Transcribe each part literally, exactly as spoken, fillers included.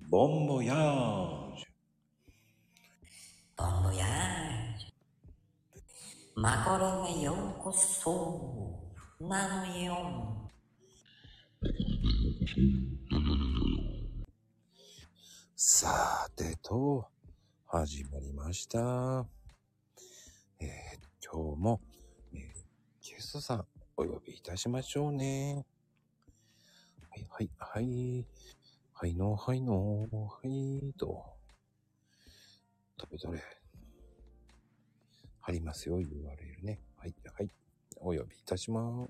ボンボヤージュ。 ボンボヤージュ。マコロへようこそ。なのよ。 さてと、始まりました。えー、今日も、えー、ゲストさんお呼びいたしましょうね。はいはいはい。はいのはいのはいと。食べとれ。貼りますよ、ユーアールエル ね。はいはい。お呼びいたします。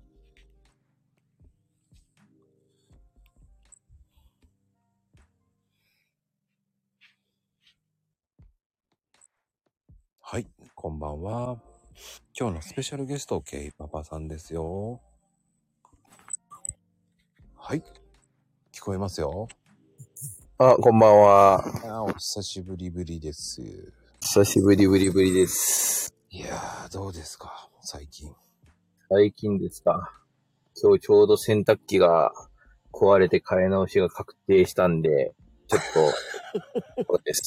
はい、こんばんは。今日のスペシャルゲスト、ケイパパさんですよ。はい、聞こえますよ。 あ、こんばんは。 あ、お久しぶりぶりです。 久しぶりぶりぶりです。 いやー、どうですか、最近。 最近ですか。今日ちょうど洗濯機が壊れて買い直しが確定したんで、ちょっと、そうです。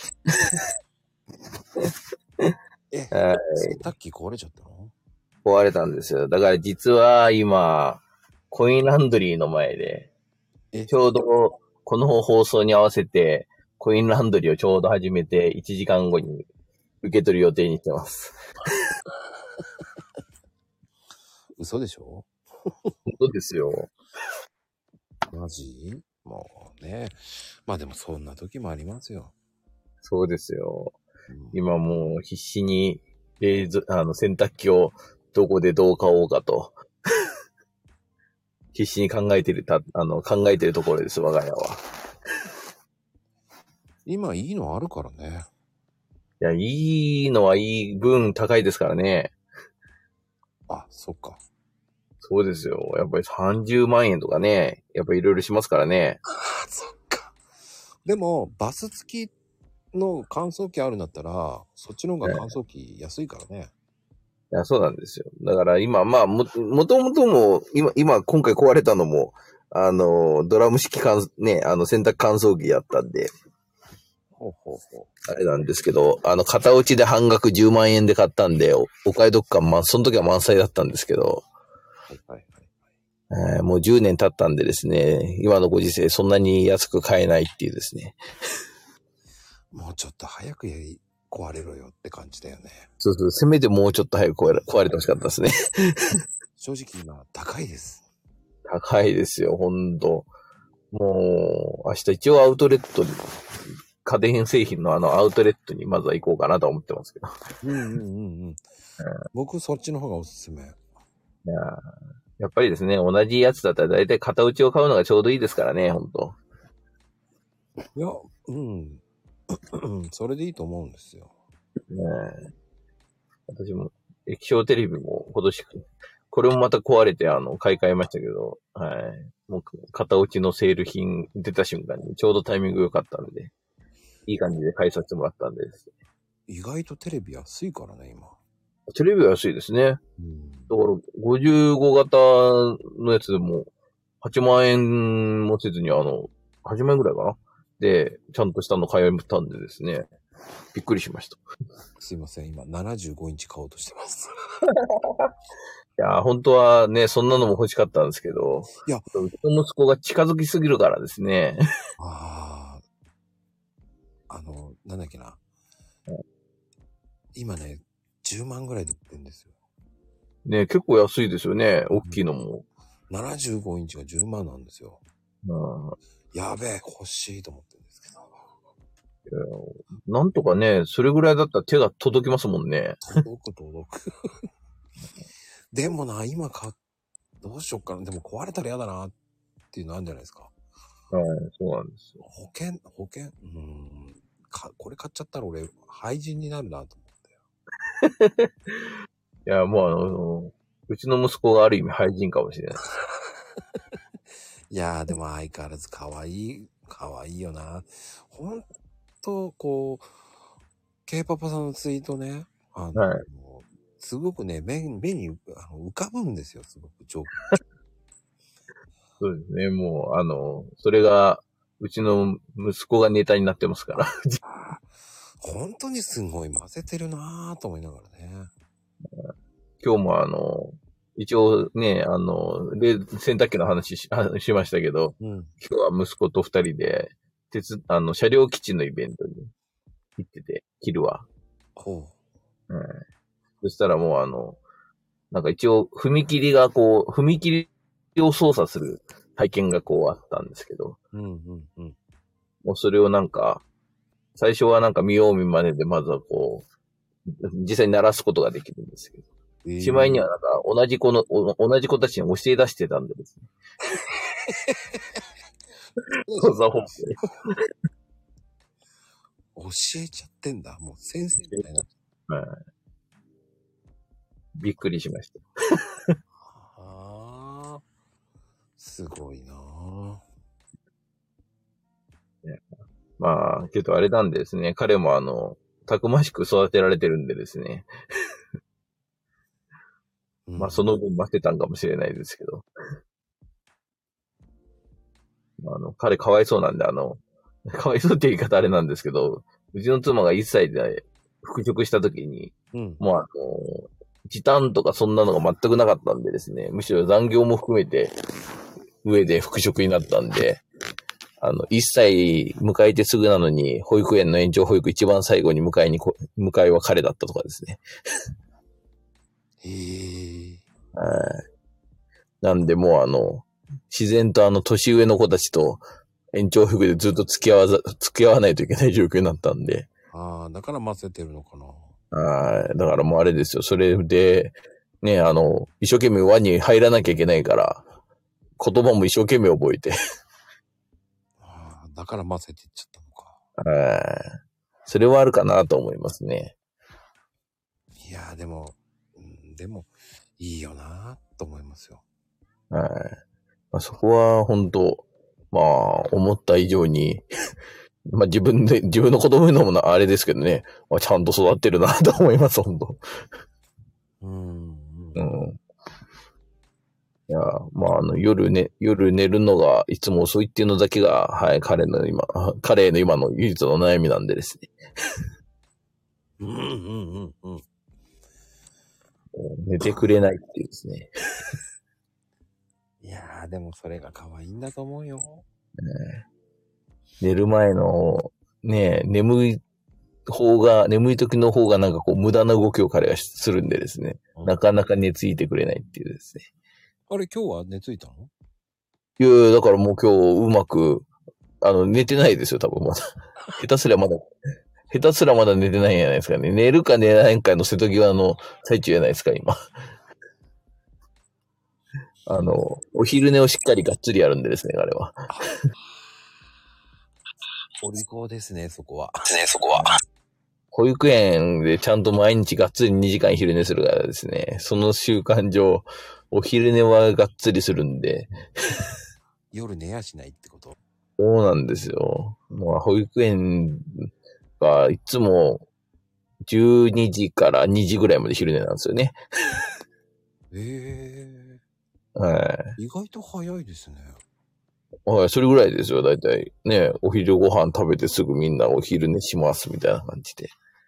え、 はい、 洗濯機壊れちゃったの？ 壊れたんですよ。だから実は今、コインランドリーの前で、 え、 ちょうどこの放送に合わせて、コインランドリーをちょうど始めていちじかんごに受け取る予定にしてます。 嘘でしょ？ 本当ですよ。 マジ？もうね。まあでもそんな時もありますよ。 そうですよ。 うん、 今もう必死に冷蔵、あの洗濯機をどこでどう買おうかと必死に考えてるた、あの考えてるところです、我が家は。 今いいのあるからね。 いや、いいのはいい分高いですからね。 あ、そっか。 そうですよ。やっぱりさんじゅうまんえんとかね、やっぱりいろいろしますからね。 あ、そっか。でもバス付きの乾燥機あるんだったら、そっちの方が乾燥機安いからね。 いや、そうなんですよ。だから今、まあ、も、もともとも、今、今、今回壊れたのも、あの、ドラム式乾、ね、あの、洗濯乾燥機やったんで、 ほうほうほあれなんですけど、あの、片落ちで半額じゅうまんえんで買ったんで、お、お買い得感、まあ、その時は満載だったんですけど、 う。はいはいはい。 えーもうじゅうねん経ったんでですね、今のご時世そんなに安く買えないっていうですね。 もうちょっと早くやり壊れろよって感じだよね。 そうそう、せめてもうちょっと早く壊れ、壊れてほしかったですね。 正直今高いです。 高いですよ、ほんと。もう、明日一応アウトレットに、家電製品のあのアウトレットにまずは行こうかなと思ってますけど。 うんうんうんうん。僕そっちの方がおすすめ。 いややっぱりですね、同じやつだったら大体型打ちを買うのがちょうどいいですからね、ほんと。 いや、うん。それでいいと思うんですよ。 ねえ、私も液晶テレビも今年、これもまた壊れてあの買い替えましたけど、はい。もう型落ちのセール品出た瞬間にちょうどタイミング良かったんで、いい感じで買いさせてもらったんです。 意外とテレビ安いからね、今。 テレビは安いですね。 うん。 だからごじゅうご型のやつでもはちまん円もせずにあの、はちまん円ぐらいかなで、ちゃんとしたの買えたんでですね、びっくりしました。 すいません、今ななじゅうごインチ買おうとしてます。 いやー、本当はね、そんなのも欲しかったんですけど、 いや、 うちの息子が近づきすぎるからですね。 ああ、あの、なんだっけな。今ね、じゅうまんぐらいで売ってるんですよ。 ね、結構安いですよね、大きいのも。 ななじゅうごインチがじゅうまんなんですよ。 うん、 やべえ、欲しいと思ってるんですけど。 なんとかね、それぐらいだったら手が届きますもんね。 届く届く。でもな、今買どうしよっかな。でも壊れたら嫌だなっていうのあるんじゃないですか。 はい、そうなんですよ。 保険、保険うーん。か、これ買っちゃったら俺、廃人になるなと思って。 いや、もうあの、うちの息子がある意味廃人かもしれない。 いやー、でも相変わらず可愛い、可愛いよな。ほんと、こう、K パパさんのツイートね、あの、 はい。 すごくね、目目にあの浮かぶんですよ、すごく。 そうですね。もう、あの、それが、 うちの息子がネタになってますから。 本当にすごい混ぜてるなぁと思いながらね。 今日もあの、一応ね、あの、で、洗濯機の話 し, しましたけど、 うん、 今日は息子と二人で、鉄、あの、車両基地のイベントに行ってて、昼は。 ほうん。そしたらもうあの、なんか一応、踏切がこう、踏切を操作する体験がこうあったんですけど、 う。うんうんうん。 もうそれをなんか、最初はなんか見よう見まねで、まずはこう、実際に鳴らすことができるんですけど、 えー、 しまいにはなんか同じ子の、同じ子たちに教え出してたんでですね。操作方法教えちゃってんだ。もう先生みたいな。 はい。びっくりしました。 ああ、すごいなぁ。 まあ、けどあれなんでですね、彼もあの、たくましく育てられてるんでですね。 うん、 まあ、その分待ってたんかもしれないですけど。あの、彼かわいそうなんで、あの、かわいそうって言い方あれなんですけど、うちの妻がいっさいで復職した時に、 うん、 もうあの、時短とかそんなのが全くなかったんでですね、むしろ残業も含めて上で復職になったんで、あの、いっさい迎えてすぐなのに、保育園の延長保育一番最後に迎えにこ、迎えは彼だったとかですね。 へえ。 はい。なんでもうあの、自然とあの年上の子たちと延長保育でずっと付き合わざ、付き合わないといけない状況になったんで。 ああ、だから混ぜてるのかな。 はい。だからもうあれですよ。それで、ね、あの、一生懸命輪に入らなきゃいけないから、言葉も一生懸命覚えて。 ああ、だから混ぜてっちゃったのか。 はい。それはあるかなと思いますね。 いやーでも、うん、でも、いいよなーと思いますよ。 はい。まあ、そこは本当、まあ、思った以上に、まあ自分で、自分の子供のものあれですけどね、まあ、ちゃんと育ってるなと思います、本当。 うん、 うん。いや、まあ、あの、夜ね、夜寝るのがいつも遅いっていうのだけが、はい、彼の今、彼の今の唯一の悩みなんでですね。 うんうんうんうん。 寝てくれないっていうですね。 いやーでもそれが可愛いんだと思うよ。 ね、寝る前の、ね、眠い方が、眠い時の方がなんかこう無駄な動きを彼がするんでですね、うん、なかなか寝ついてくれないっていうですね。 あれ今日は寝ついたの？ いやいや、だからもう今日うまく、あの、寝てないですよ、多分まだ。下手すりゃまだ、下手すらまだ寝てないんじゃないですかね。寝るか寝ないかの瀬戸際の最中じゃないですか、今。あの、お昼寝をしっかりがっつりやるんでですね、あれは。 お利口ですね、そこは。 ですね、そこは。保育園でちゃんと毎日がっつりにじかん昼寝するからですね、その習慣上、お昼寝はがっつりするんで。 夜寝やしないってこと？ そうなんですよ。まあ、保育園がいつもじゅうにじからにじぐらいまで昼寝なんですよね。 ええー。はい。 意外と早いですね。 はい、それぐらいですよ、だいたい。ね、お昼ご飯食べてすぐみんなお昼寝しますみたいな感じで。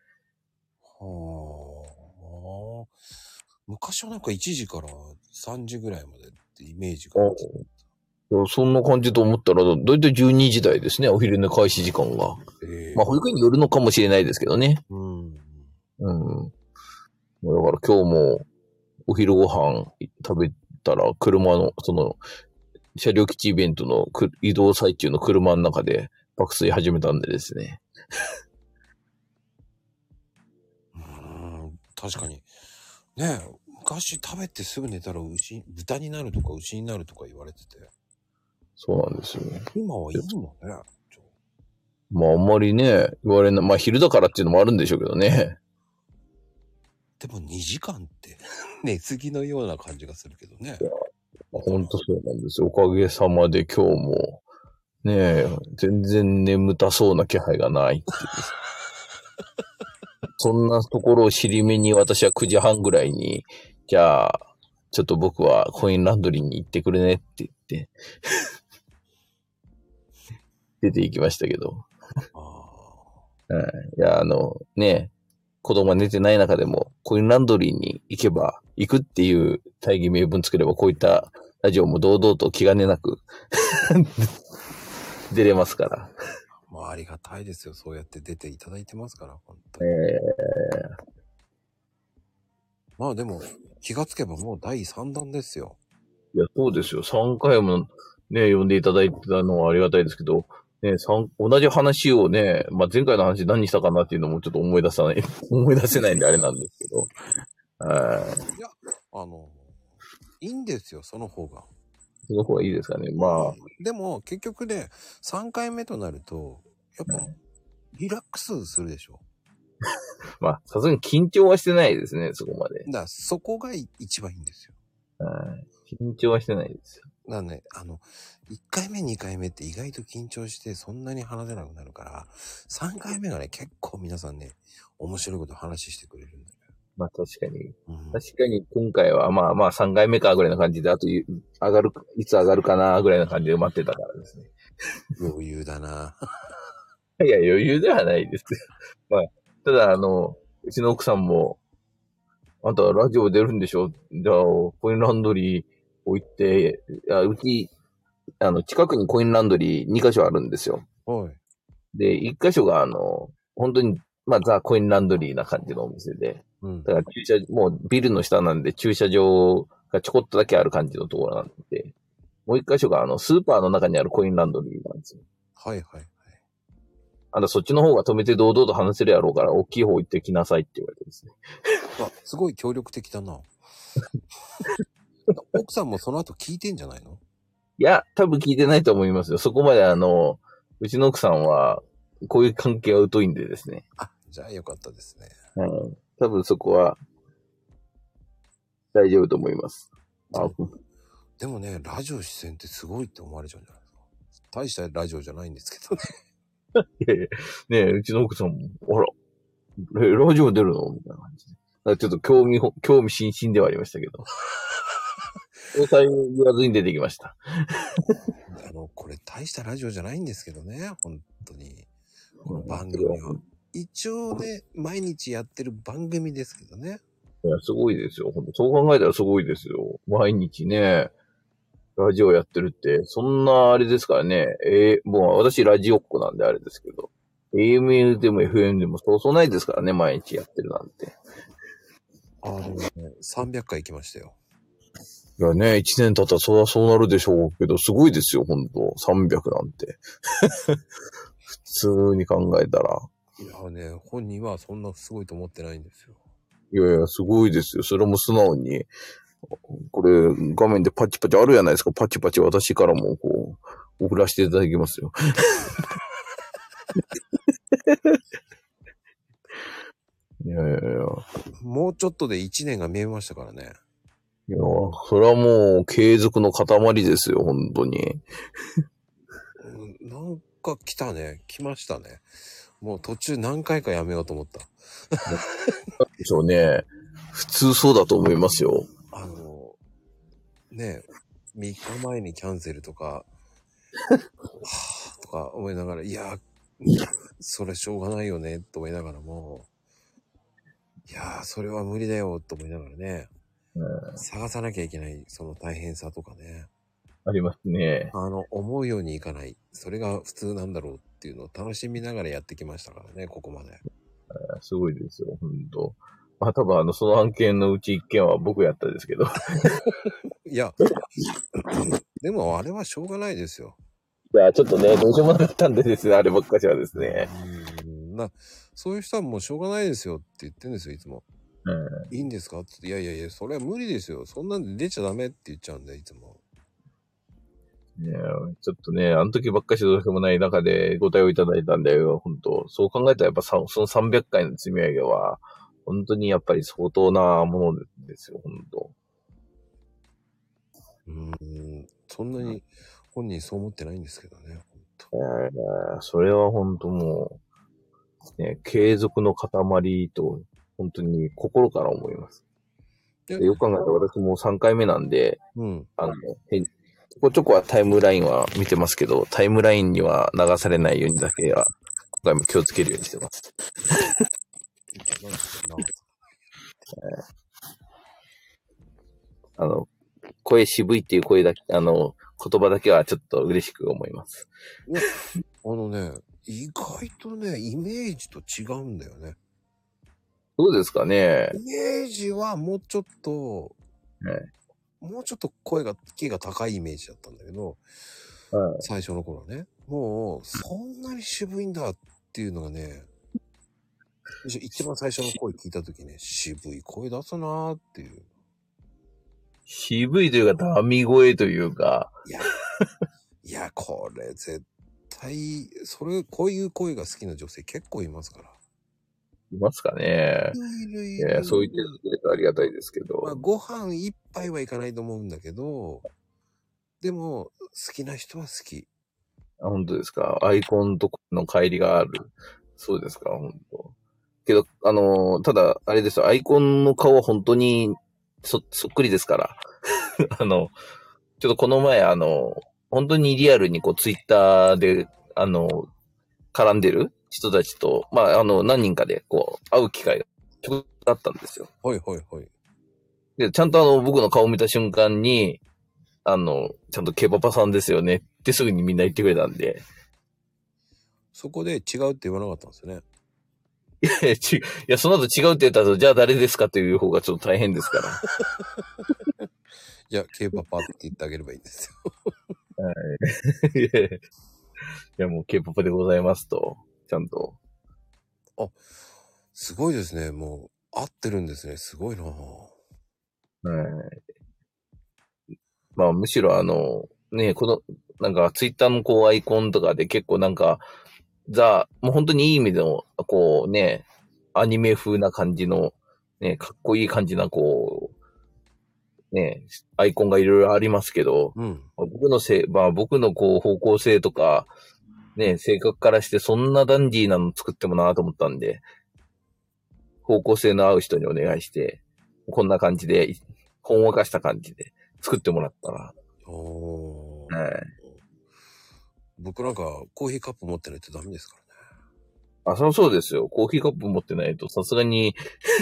はあ。昔はなんかいちじからさんじぐらいまでってイメージが。 そんな感じと思ったら、だいたいじゅうにじ台ですね、お昼寝開始時間が。えー、まあ、保育園によるのかもしれないですけどね。うん。うん。だから今日もお昼ご飯食べたら、車の、その、車両基地イベントの移動最中の車の中で爆睡始めたんでですね。 うーん、確かに。ねえ、昔食べてすぐ寝たら牛、豚になるとか牛になるとか言われてて。 そうなんですよ。 今はいいもんね。 まああんまりね、言われない。まあ昼だからっていうのもあるんでしょうけどね。 でもにじかんって寝すぎのような感じがするけどね。 ほんとそうなんですよ。おかげさまで今日も、ねえ、全然眠たそうな気配がないっていう。そんなところを尻目に私はくじはんぐらいに、じゃあ、ちょっと僕はコインランドリーに行ってくれねって言って。 出て行きましたけど。 あはい。いや、あの、ね、子供が寝てない中でも、コインランドリーに行けば、行くっていう大義名分作れば、こういったラジオも堂々と気兼ねなく出れますから。 あ、まあありがたいですよ。そうやって出ていただいてますから、本当えに。 ー、 まあでも、気がつけばもうだいさんだんですよ。 いや、そうですよ。さんかいもね、呼んでいただいてたのはありがたいですけど、ね、三同じ話をね、まあ、前回の話何したかなっていうのもちょっと思い出さない、思い出せないんであれなんですけど。はい。 いや、あの、いいんですよ、その方が。 その方がいいですかね。まあ。 でも、結局ね、さんかいめとなると、やっぱ、リラックスするでしょ。 まあ、さすがに緊張はしてないですね、そこまで。 だからそこが一番いいんですよ。 はい。緊張はしてないですよ。 だからね、あの、いっかいめ、にかいめって意外と緊張してそんなに話せなくなるから、さんかいめがね、結構皆さんね、面白いこと話してくれるんだよ。 まあ確かに。 うん、 確かに今回はまあまあさんかいめかぐらいな感じで、あと上がる、いつ上がるかなぐらいな感じで待ってたからですね。 余裕だな。 いや、余裕ではないですけど。まあ、ただあの、うちの奥さんも、あんたラジオ出るんでしょ？じゃあ、コインランドリー置いて、いや、うち、あの、近くにコインランドリーにかしょあるんですよ。 はい。 で、いっかしょがあの、本当に、まあ、ザ・コインランドリーな感じのお店で、 うん。 だから駐車、もうビルの下なんで駐車場がちょこっとだけある感じのところなんで、もう一箇所があの、スーパーの中にあるコインランドリーなんですよ。 はいはいはい。 あんたそっちの方が止めて堂々と話せるやろうから、大きい方行ってきなさいって言われてですね。 あ、すごい協力的だな。奥さんもその後聞いてんじゃないの？ いや、多分聞いてないと思いますよ。そこまであの、うちの奥さんは、こういう関係は疎いんでですね。 あ、じゃあよかったですね。 うん。多分そこは、大丈夫と思います。あ、 でもね、ラジオ出演ってすごいって思われちゃうんじゃないですか。大したラジオじゃないんですけどね。 いやいやねえ、うちの奥さんも、あら、え、ラジオ出るのみたいな感じで。だからちょっと興味ほ、興味津々ではありましたけど。詳細言わずに出てきました。 あの、これ大したラジオじゃないんですけどね、本当に。この番組は。一応ね、毎日やってる番組ですけどね。 いや、すごいですよ。ほんとそう考えたらすごいですよ。毎日ね、ラジオやってるって、そんなあれですからね。えー、もう私ラジオっ子なんであれですけど。エーエム でも エフエム でもそうそうないですからね、毎日やってるなんて。 あのね、さんびゃっかい行きましたよ。 いやね、いちねん経ったらそりゃそうなるでしょうけど、すごいですよ、ほんと。さんびゃくなんて。普通に考えたら。 いやね、本人はそんなすごいと思ってないんですよ。 いやいや、すごいですよ。それも素直に。これ、画面でパチパチあるじゃないですか。パチパチ私からもこう、送らせていただきますよ。いやいやいや。 もうちょっとでいちねんが見えましたからね。 いや、それはもう継続の塊ですよ、本当に。 うん、なんか来たね。来ましたね。もう途中何回かやめようと思った。 でしょうね。普通そうだと思いますよ。 あの、ね、みっかまえにキャンセルとか、はぁとか思いながら、いや、それしょうがないよね、と思いながらも、いやー、それは無理だよ、と思いながらね、 うん、 探さなきゃいけない、その大変さとかね。 ありますね。 あの、思うようにいかない。それが普通なんだろうっていうのを楽しみながらやってきましたからね、ここまで。 すごいですよ、本当。まあ多分あの、その案件のうち一件は僕やったですけど。 いや、でもあれはしょうがないですよ。 いや、ちょっとね、どうしようもなかったんでですね、あればっかしはですね。 うんな、そういう人はもうしょうがないですよって言ってるんですよ、いつも。 うん、 いいんですかって言って、いやいやいや、それは無理ですよ。そんなんで出ちゃダメって言っちゃうんで、いつも。 いや、ちょっとね、あの時ばっかしどうしようもない中でご対応いただいたんで、本当そう考えたらやっぱさそのさんびゃっかいの積み上げは、本当にやっぱり相当なものですよ、本当。 うーん、そんなに本人そう思ってないんですけどね、 えー、それは本当もう、ね、継続の塊と、本当に心から思います。でよく考えたら私もさんかいめなんで、 うん。 あの、返ちょこちょこはタイムラインは見てますけど、タイムラインには流されないようにだけは、今回も気をつけるようにしてます。あの、声渋いっていう声だけ、あの、言葉だけはちょっと嬉しく思います。 いや、あのね、意外とね、イメージと違うんだよね。 どうですかね。 イメージはもうちょっと、 はい、 もうちょっと声が、キーが高いイメージだったんだけど、 はい、 最初の頃ね、もう、そんなに渋いんだっていうのがね、一番最初の声聞いたときね、渋い声出すなーっていう。 渋いというか、ダミ声というか。 いや、いや、これ絶対、それ、こういう声が好きな女性結構いますから。 いますかね。 いるいる。 いや、そう言ってくれてありがたいですけど。 まあ、ご飯一杯はいかないと思うんだけど、でも、好きな人は好き。 あ、本当ですか。アイコンとの乖離がある。そうですか、本当。けど、あのー、ただ、あれですよ、アイコンの顔は本当にそ、そっくりですから。あの、ちょっとこの前、あの、本当にリアルにこう、ツイッターで、あの、絡んでる人たちと、まあ、あの、何人かで、こう、会う機会がちょっとあったんですよ。 はいはいはい。 で、ちゃんとあの、僕の顔を見た瞬間に、あの、ちゃんとケバパさんですよねってすぐにみんな言ってくれたんで。 そこで違うって言わなかったんですよね。 いやいや、ち、いや、その後違うって言ったら、じゃあ誰ですかっていう方がちょっと大変ですから。 いや、ケーパパって言ってあげればいいんですよ。 はい。いやいや、もうケーパパでございますと、ちゃんと。 あ、すごいですね。もう、合ってるんですね。すごいな。はい。 まあ、むしろあの、ね、この、なんか、ツイッターのこう、アイコンとかで結構なんか、ザ、もう本当にいい意味での、こうね、アニメ風な感じの、ね、かっこいい感じな、こう、ね、アイコンがいろいろありますけど、 うん、 僕のせい、まあ僕のこう、方向性とか、ね、性格からしてそんなダンディーなの作ってもなと思ったんで、方向性の合う人にお願いして、こんな感じで、ほんわかした感じで作ってもらったら。 おー、 はい。 僕なんかコーヒーカップ持ってないとダメですからね。 あ、そうそうですよ。コーヒーカップ持ってないとさすがに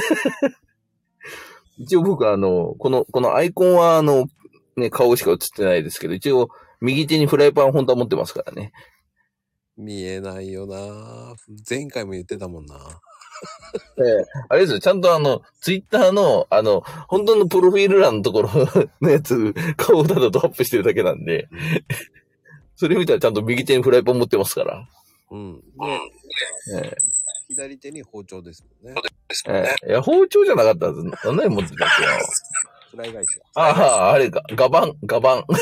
一応僕あの、この、このアイコンはあの、ね、顔しか映ってないですけど、一応右手にフライパン本当は持ってますからね。 見えないよな。前回も言ってたもんな。 ええ、あれですよ、ちゃんとあの、ツイッターの、あの、本当のプロフィール欄のところのやつ、顔だとアップしてるだけなんで、うん、それ見たらちゃんと右手にフライパン持ってますから。 うん。で、ええ、左手に包丁ですもんね。 ええ、いや、包丁じゃなかったはず。何年持ってたっけな。 フライ返し。 ああ、あれか、ガバン、ガバン。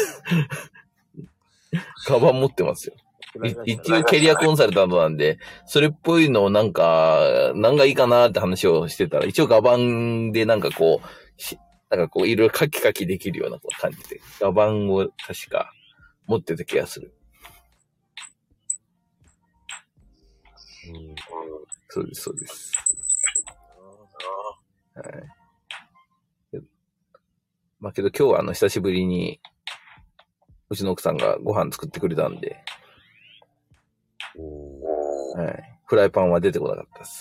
ガバン持ってますよ。一応キャリアコンサルタントなんで、それっぽいのをなんか、何がいいかなって話をしてたら、一応ガバンでなんかこう、なんかこういろいろカキカキできるような感じで、ガバンを確か持ってた気がする。うん、そうです、そうです。はい。まあけど今日はあの久しぶりに、うちの奥さんがご飯作ってくれたんで、はい。フライパンは出てこなかったです。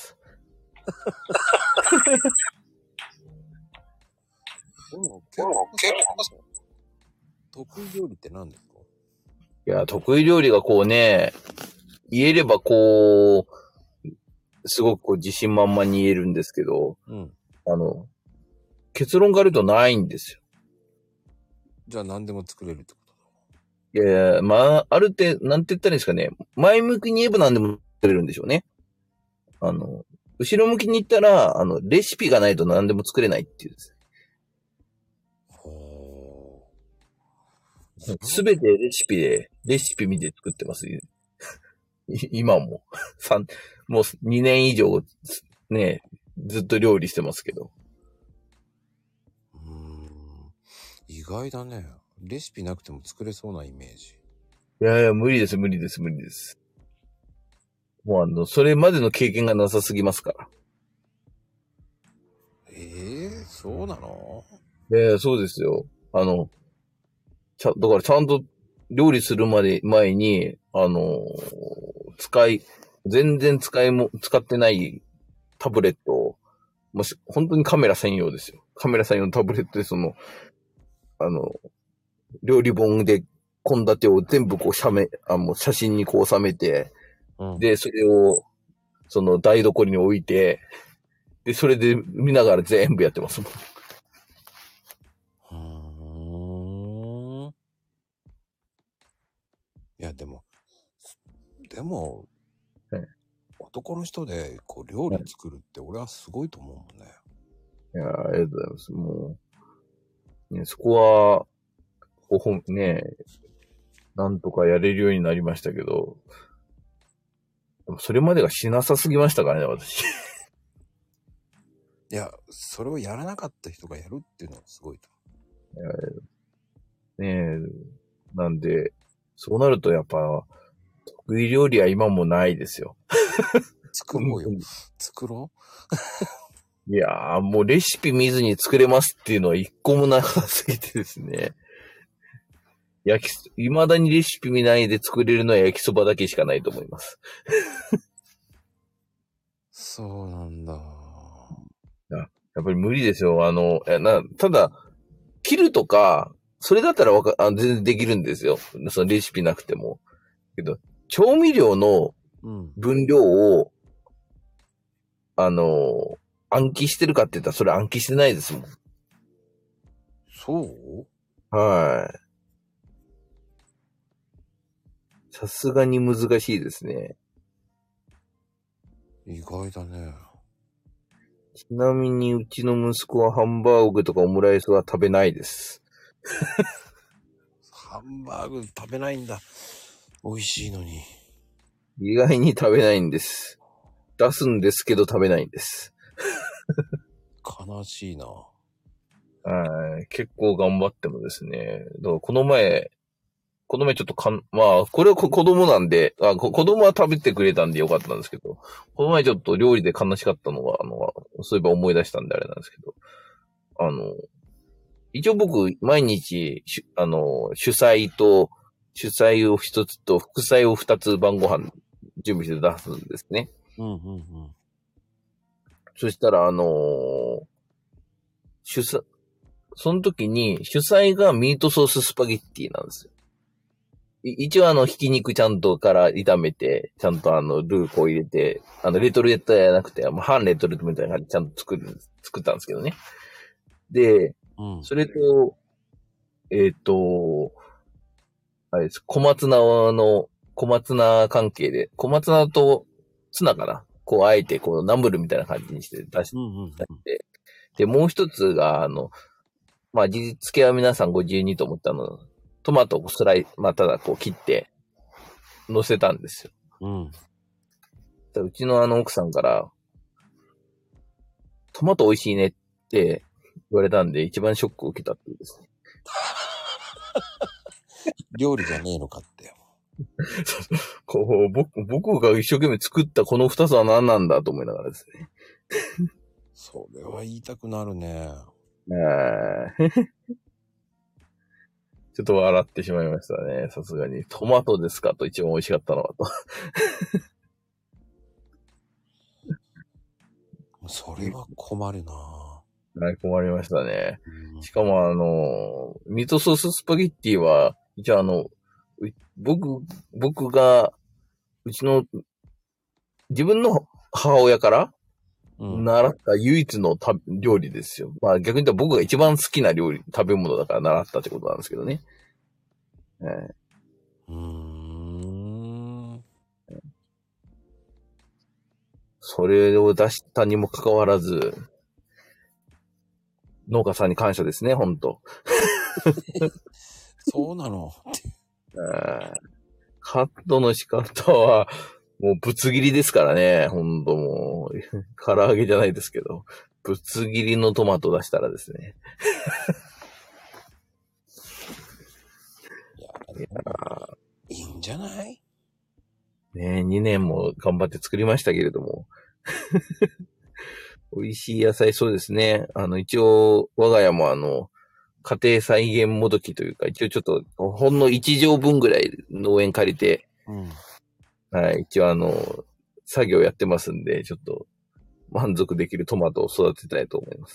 でも結構、得意料理って何ですか？ いや、得意料理がこうね、言えればこう、すごくこう自信満々に言えるんですけど、うん、あの、結論から言うとないんですよ。 じゃあ何でも作れるってことだ。いやいや、まあ、ある程度、なんて言ったらいいんですかね。前向きに言えば何でも作れるんでしょうね。あの、後ろ向きに言ったら、あの、レシピがないと何でも作れないっていうです。ほー。すべてレシピで、レシピ見て作ってます。今も。三、もうにねん以上、ね、ずっと料理してますけど。 うーん。意外だね。レシピなくても作れそうなイメージ。 いやいや、無理です、無理です、無理です。もうあの、それまでの経験がなさすぎますから。 ええー、そうなの？ いやいや、そうですよ。あの、 ちゃ、だからちゃんと料理するまで前に、あのー使い、全然使いも、使ってないタブレットを、もし、本当にカメラ専用ですよ。カメラ専用のタブレットでその、あの、料理本で献立を全部こう写メ、あの、写真にこう収めて、 うん、 で、それを、その台所に置いて、で、それで見ながら全部やってますもん。 うーん。いや、でも、でも、 はい男の人でこう料理作るって俺はすごいと思うもんね。 いや、ありがとうございます。もう、ね、そこは、こうほん、ね、なんとかやれるようになりましたけど、でもそれまでがしなさすぎましたからね、私。 いや、それをやらなかった人がやるっていうのはすごいとねえ、なんで、そうなるとやっぱ、得意料理は今もないですよ。 作ろうよ。作ろいやー、もうレシピ見ずに作れますっていうのは一個もなさすぎてですね。焼き、未だにレシピ見ないで作れるのは焼きそばだけしかないと思います。 う。そうなんだ。 やっぱり無理ですよ。あの、えな、ただ、切るとか、それだったらわかあ全然できるんですよ。そのレシピなくても。けど、調味料のうん。 分量を、あの、暗記してるかって言ったらそれ暗記してないですもん。 そうはい。さすがに難しいですね。 意外だね。 ちなみにうちの息子はハンバーグとかオムライスは食べないです。 ハンバーグ食べないんだ。美味しいのに。 意外に食べないんです。出すんですけど食べないんです。 悲しいな。 はい。結構頑張ってもですね。だからこの前、この前ちょっとかん、まあ、これはこ子供なんで、あ、こ子供は食べてくれたんでよかったんですけど、この前ちょっと料理で悲しかったのが、あの、そういえば思い出したんであれなんですけど、あの、一応僕、毎日、しあの、主菜と、主菜を一つと副菜を二つ晩ご飯準備して出すんですね。 うんうんうん。 そしたら、あのー主菜、その時に主菜がミートソーススパゲッティなんですよ。い一応あの、ひき肉ちゃんとから炒めて、ちゃんとあの、ルーこう入れて、あの、レトルトじゃなくて、まあ、半レトルトみたいな感じでちゃんと作るんです、作ったんですけどね。で、 うん。 それと、えっ、と、あれです、小松菜の、小松菜関係で、小松菜とツナかなこう、あえて、こう、ナムルみたいな感じにして出しうんうんうん。 て、で、もう一つが、あの、まあ、味付けは皆さんご自由にと思ったの、トマトをスライ、まあ、ただこう切って、乗せたんですよ。 うん。 うちのあの奥さんから、トマト美味しいねって言われたんで、一番ショックを受けたっていうですね。 料理じゃねえのかって。 こう、僕、僕が一生懸命作ったこの二つは何なんだと思いながらですね。 それは言いたくなるね。 ちょっと笑ってしまいましたね。さすがに。トマトですかと一番美味しかったのはと。 それは困るな。 はい、困りましたね。 うん、 しかもあの、ミートソーススパゲッティは、一応あの、僕、僕が、うちの、自分の母親から習った唯一のた料理ですよ。まあ逆に言ったら僕が一番好きな料理、食べ物だから習ったってことなんですけどね。えー、 うーん。 それを出したにもかかわらず、農家さんに感謝ですね、ほんと。 そうなの。 カットの仕方は、もうぶつ切りですからね、ほんともう、唐揚げじゃないですけど、ぶつ切りのトマト出したらですね。 いや、いいんじゃない？ ねえ、にねんも頑張って作りましたけれども。美味しい野菜、そうですね。あの、一応、我が家もあの、 家庭菜園もどきというか、一応ちょっと、ほんのいち畳分ぐらい農園借りて、 うん。 はい、一応あの、作業やってますんで、ちょっと満足できるトマトを育てたいと思います。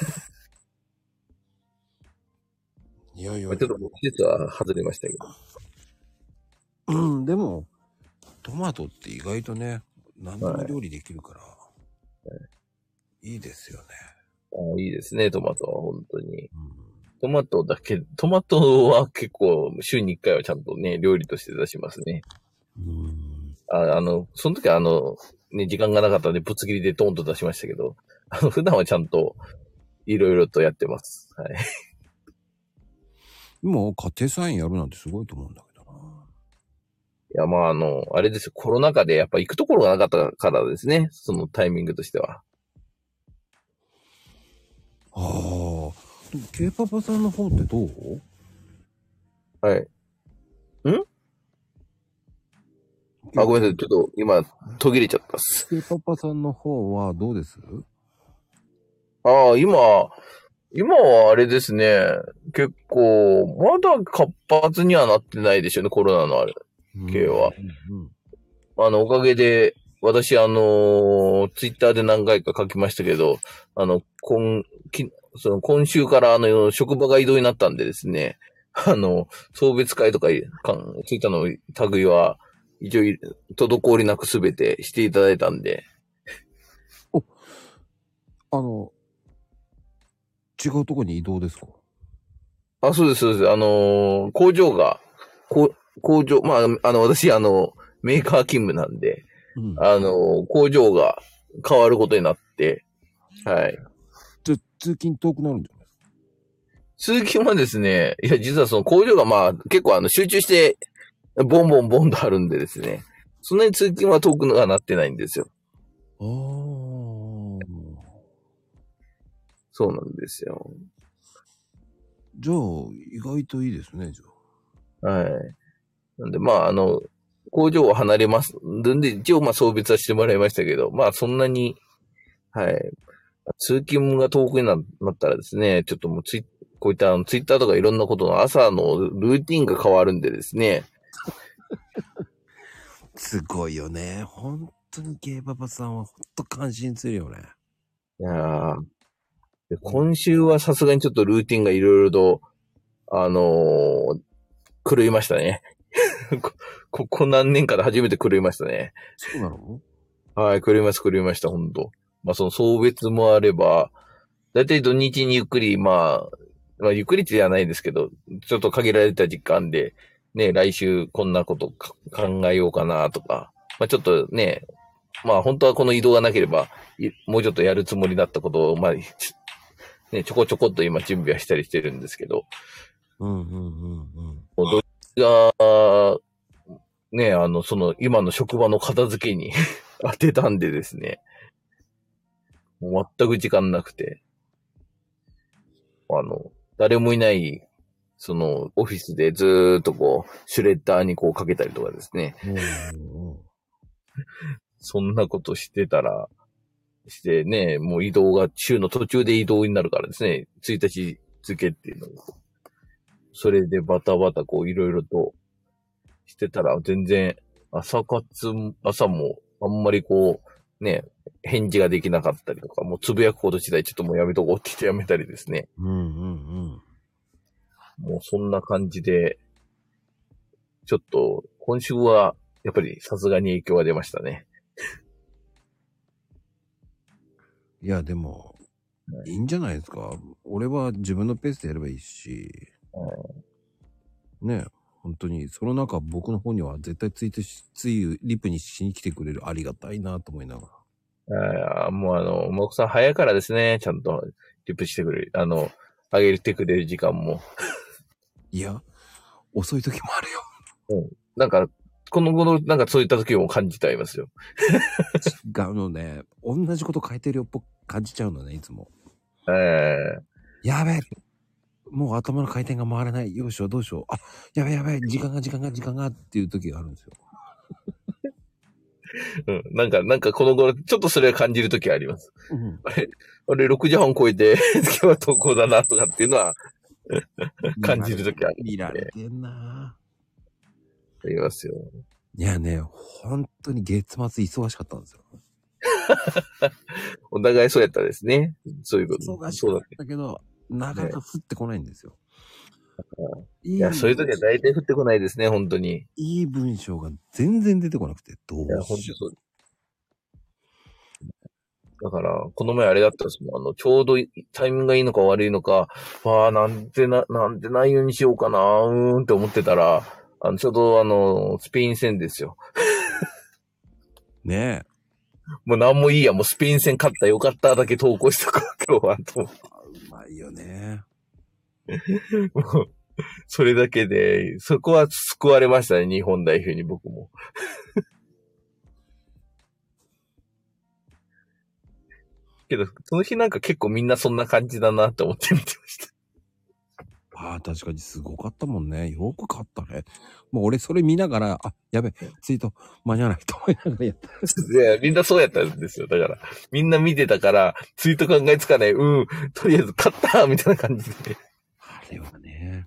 いやいや、 まあ、ちょっと季節は外れましたけど。 うん、でも、トマトって意外とね、何でも料理できるから、はい、いいですよね。 あ、いいですね、トマトは本当に。 うん、 トマトだけ、トマトは結構週にいっかいはちゃんとね、料理として出しますね。 うん。 ああの、その時はあの、ね、時間がなかったのでぶつ切りでトンと出しましたけど、あの、普段はちゃんといろいろとやってます。はい。 今、家庭菜園やるなんてすごいと思うんだけどな。 いや、まああの、あれですよ、コロナ禍でやっぱ行くところがなかったからですね、そのタイミングとしては。 ああ。K パパさんの方ってどう？ はい。んあ、ごめんなさい。ちょっと今、途切れちゃったっす。 K パパさんの方はどうです？ ああ、今、今はあれですね。結構、まだ活発にはなってないでしょうね、コロナのあれ、系は。うんうんうん、あの、おかげで、私、あの、ツイッターで何回か書きましたけど、あの、今、きその今週からあの、職場が異動になったんでですね、あの、送別会とか、かツイッターの類は、一応、滞りなくすべてしていただいたんで。 お、あの、違うところに移動ですか？ あ、そうです、そうです。あのー、工場が、こ工場、まあ、あの、私、あの、メーカー勤務なんで、うん、あの、工場が変わることになって、はい。 じゃ、通勤遠くなるんじゃないですか？ 通勤はですね、いや、実はその工場がまあ、結構あの、集中して、ボンボンボンとあるんでですね、そんなに通勤は遠くはなってないんですよ。ああ。そうなんですよ。 じゃあ、意外といいですね、じゃあ。はい。なんで、まあ、あの、工場を離れます。んで、一応、まあ、送別はしてもらいましたけど、まあ、そんなに、はい。通勤が遠くになったらですね、ちょっともうツイ、こういったツイッターとかいろんなことの朝のルーティンが変わるんでですね。 すごいよね。本当にゲイパパさんは本当感心するよね。 いやー。で今週はさすがにちょっとルーティンがいろいろと、あのー、狂いましたね。こ, ここ何年かで初めて狂いましたね。 そうなの？ はい、狂います、狂いました、本当。まあ、その送別もあれば、だいたい土日にゆっくり、まあ、まあ、ゆっくりってじゃないですけど、ちょっと限られた時間で、ね、来週こんなこと考えようかなとか、まあ、ちょっとね、まあ、本当はこの移動がなければ、もうちょっとやるつもりだったことを、まあ、ね、ちょこちょこっと今準備はしたりしてるんですけど、うんうんうんうん。どっちが、ね、あの、その、今の職場の片付けに当てたんでですね、もう全く時間なくて、あの、誰もいない、その、オフィスでずーっとこう、シュレッダーにこうかけたりとかですね。うんうんうん、そんなことしてたら、してね、もう移動が、週の途中で移動になるからですね、ついたち付けっていうのを、それでバタバタこういろいろとしてたら、全然朝活、朝もあんまりこう、ね、返事ができなかったりとか、もうつぶやくこと自体ちょっともうやめとこうって言ってやめたりですね。うんうんうん。もうそんな感じで、ちょっと今週はやっぱりさすがに影響が出ましたね。 いや、でも、いいんじゃないですか。俺は自分のペースでやればいいし、うん、ね、本当に、その中僕の方には絶対ツイートし、ついリプにしに来てくれるありがたいなと思いながら。あもうあの、もくさん早いからですね、ちゃんとリプしてくれる、あの、あげてくれる時間も。 いや、遅い時もあるよ。 うん。なんか、この頃、なんかそういった時も感じてありますよ。 違うのね、同じこと書いてるよっぽく感じちゃうのね、いつも。 ええー。 やべえ。もう頭の回転が回らない。よいしょ、どうしよう。あ、やべやべ、時間が時間が時間がっていう時があるんですよ。 うん。なんか、なんかこの頃、ちょっとそれは感じる時あります。うん、あれ、あれ、ろくじはん超えて、今日は投稿だな、とかっていうのは感じるときあるんで。 見られてんなありますよ。 いやね、本当に月末忙しかったんですよ。 お互いそうやったですね。そういうこと。 忙しかっそうだね。 たけど、なかなか降ってこないんですよ。いいや、そういう時は大体降ってこないですね、本当に。 いい文章が全然出てこなくて、どいや、 うしよ本当そう。だから、この前あれだったんですもん。あの、ちょうどタイミングがいいのか悪いのか、わあ、なんてな、なんて内容にしようかな、うーんって思ってたら、あの、ちょうどあの、スペイン戦ですよ。 う。ねえ。 もうなんもいいや、もうスペイン戦勝ったよかっただけ投稿しとこう、今日は、と思って。 うまいよね。 もうそれだけで、そこは救われましたね、日本代表に僕も。けど、その日なんか結構みんなそんな感じだなって思って見てました。 ああ、確かにすごかったもんね。よく勝ったね。もう俺それ見ながら、あ、やべ、ツイート間に合わないと思いながらやった。 いや、みんなそうやったんですよ。だから、みんな見てたから、ツイート考えつかない、うん、とりあえず勝ったみたいな感じで。 あれはね。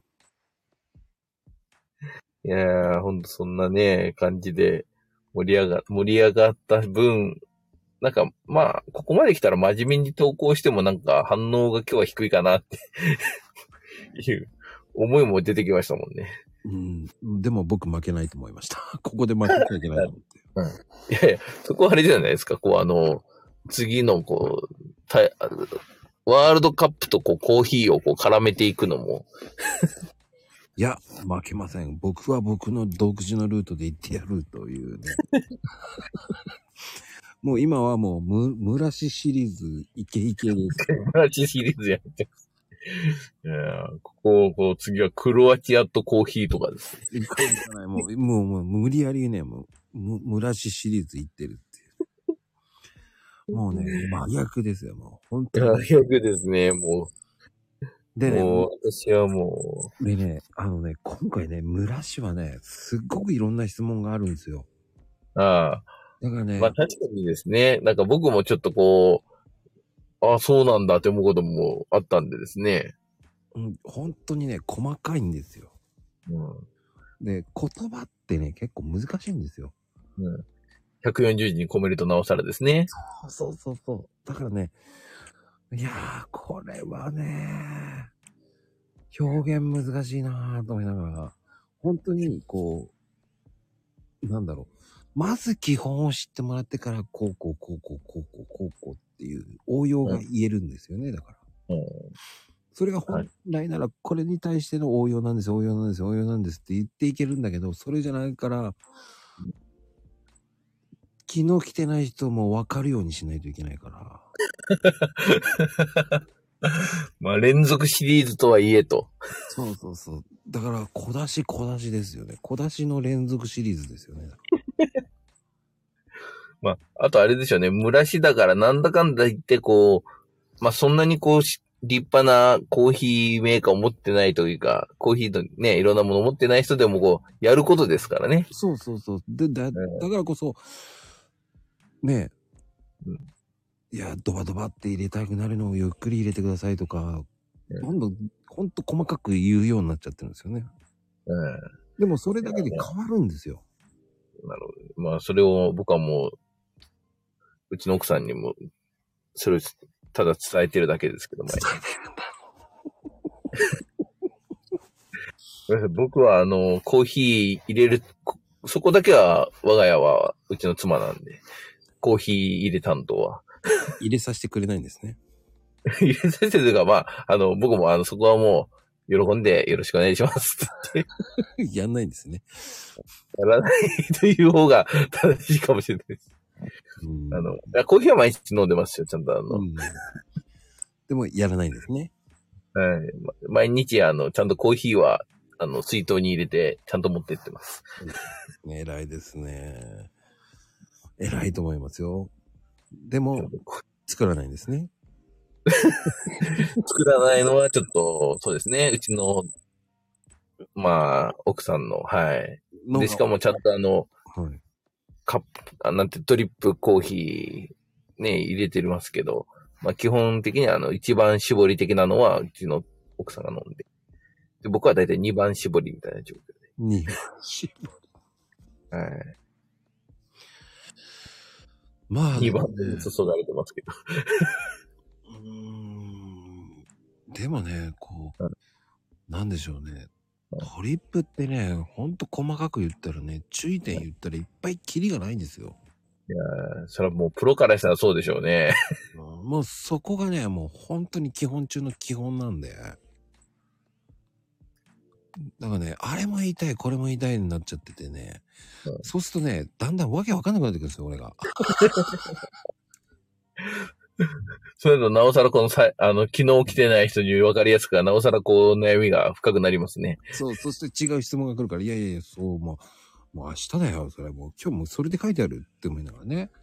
いやー、ほんとそんなね、感じで盛り上が、盛り上がった分、なんか、まあ、ここまで来たら真面目に投稿してもなんか反応が今日は低いかなっていう思いも出てきましたもんね。 うん。でも僕負けないと思いました。ここで負けちゃいけないと思って。 うん。いやいや、そこはあれじゃないですか。こうあの、次のこう、たワールドカップとこうコーヒーをこう絡めていくのも。 いや、負けません。僕は僕の独自のルートで行ってやるというね。もう今はもう、む、村市シリーズ、イケイケです。 クロアチアシリーズやってます。いやここ、こう次はクロアチアとコーヒーとかです。 行かない行かない。もう、もう、もう、無理やりね、もう、む、村市シリーズ行ってるっていう。もうね、真逆ですよ、もう。本当に。 真逆ですね、もう。 でね、 もう、私はもでね、あのね、今回ね、村市はね、すっごくいろんな質問があるんですよ。 う、ああ。 だからね、 まあ確かにですね、なんか僕もちょっとこう、ああ、そうなんだって思うこともあったんでですね。 うん、本当にね、細かいんですよ。 うん。 で、言葉ってね、結構難しいんですよ。 うん。ひゃくよんじゅうじに込めるとなおさらですね。 そうそうそう。だからね、いやー、これはね、表現難しいなぁと思いながら、本当にこう、なんだろう。まず基本を知ってもらってから、こうこうこうこうこうこうこうこうっていう応用が言えるんですよね、だから。 うん。 それが本来なら、これに対しての応用なんです、応用なんです、応用なんですって言っていけるんだけど、それじゃないから、昨日来てない人も分かるようにしないといけないから。 まあ連続シリーズとはいえと。 そうそうそう。だから、小出し小出しですよね。小出しの連続シリーズですよね。 まあ、あとあれですよね、村市だからなんだかんだ言ってこう、まあそんなにこう、立派なコーヒーメーカーを持ってないというか、コーヒーのね、いろんなものを持ってない人でもこう、やることですからね。 そうそうそう。で、だ、だからこそ、ねえ、うん、いや、ドバドバって入れたくなるのをゆっくり入れてくださいとか、うん、どんどん、ほんと細かく言うようになっちゃってるんですよね。うん。でもそれだけで変わるんですよ。 なるほど。まあ、それを僕はもう、うちの奥さんにも、それをただ伝えてるだけですけども。伝えてるんだ。僕はあの、コーヒー入れる、そこだけは我が家はうちの妻なんで、コーヒー入れ担当は。 入れさせてくれないんですね。 入れさせてというか、まあ、あの、僕もあの、そこはもう、喜んでよろしくお願いしますって言って。やんないんですね。 やらないという方が正しいかもしれないです。あの、コーヒーは毎日飲んでますよ、ちゃんとあの。うん、 でも、やらないんですね。 はい。毎日、あの、ちゃんとコーヒーは、あの、水筒に入れて、ちゃんと持ってってます。 偉いですね。偉いと思いますよ。でも、作らないんですね。 作らないのは、ちょっと、そうですね。うちの、まあ、奥さんの、はい。で、しかもちゃんとあの、はい、カップ、あ、なんて、ドリップコーヒー、ね、入れてますけど、まあ、基本的にあの、一番搾り的なのは、うちの奥さんが飲んで。 で、僕はだいたいにばん絞りみたいな状況で。 にばん絞り。 はい。 まあ、 にばんで注がれてますけど。 うーん。でもね、こう、 うん、 なんでしょうね。トリップってね、ほんと細かく言ったらね、注意点言ったらいっぱいキリがないんですよ。 いやー、それはもうプロからしたらそうでしょうね。 もうそこがね、もう本当に基本中の基本なんで。だからね、あれも言いたい、これも言いたいになっちゃっててね。うん、そうするとね、だんだんわけわかんなくなってくるんですよ、俺が。 そういうの、なおさらこのさ、あの、昨日来てない人に分かりやすく、なおさらこう、悩みが深くなりますね。 そう、そして違う質問が来るから、いやいやいや、そう、もう、もう明日だよ、それもう、今日もそれで書いてあるって思いながらね。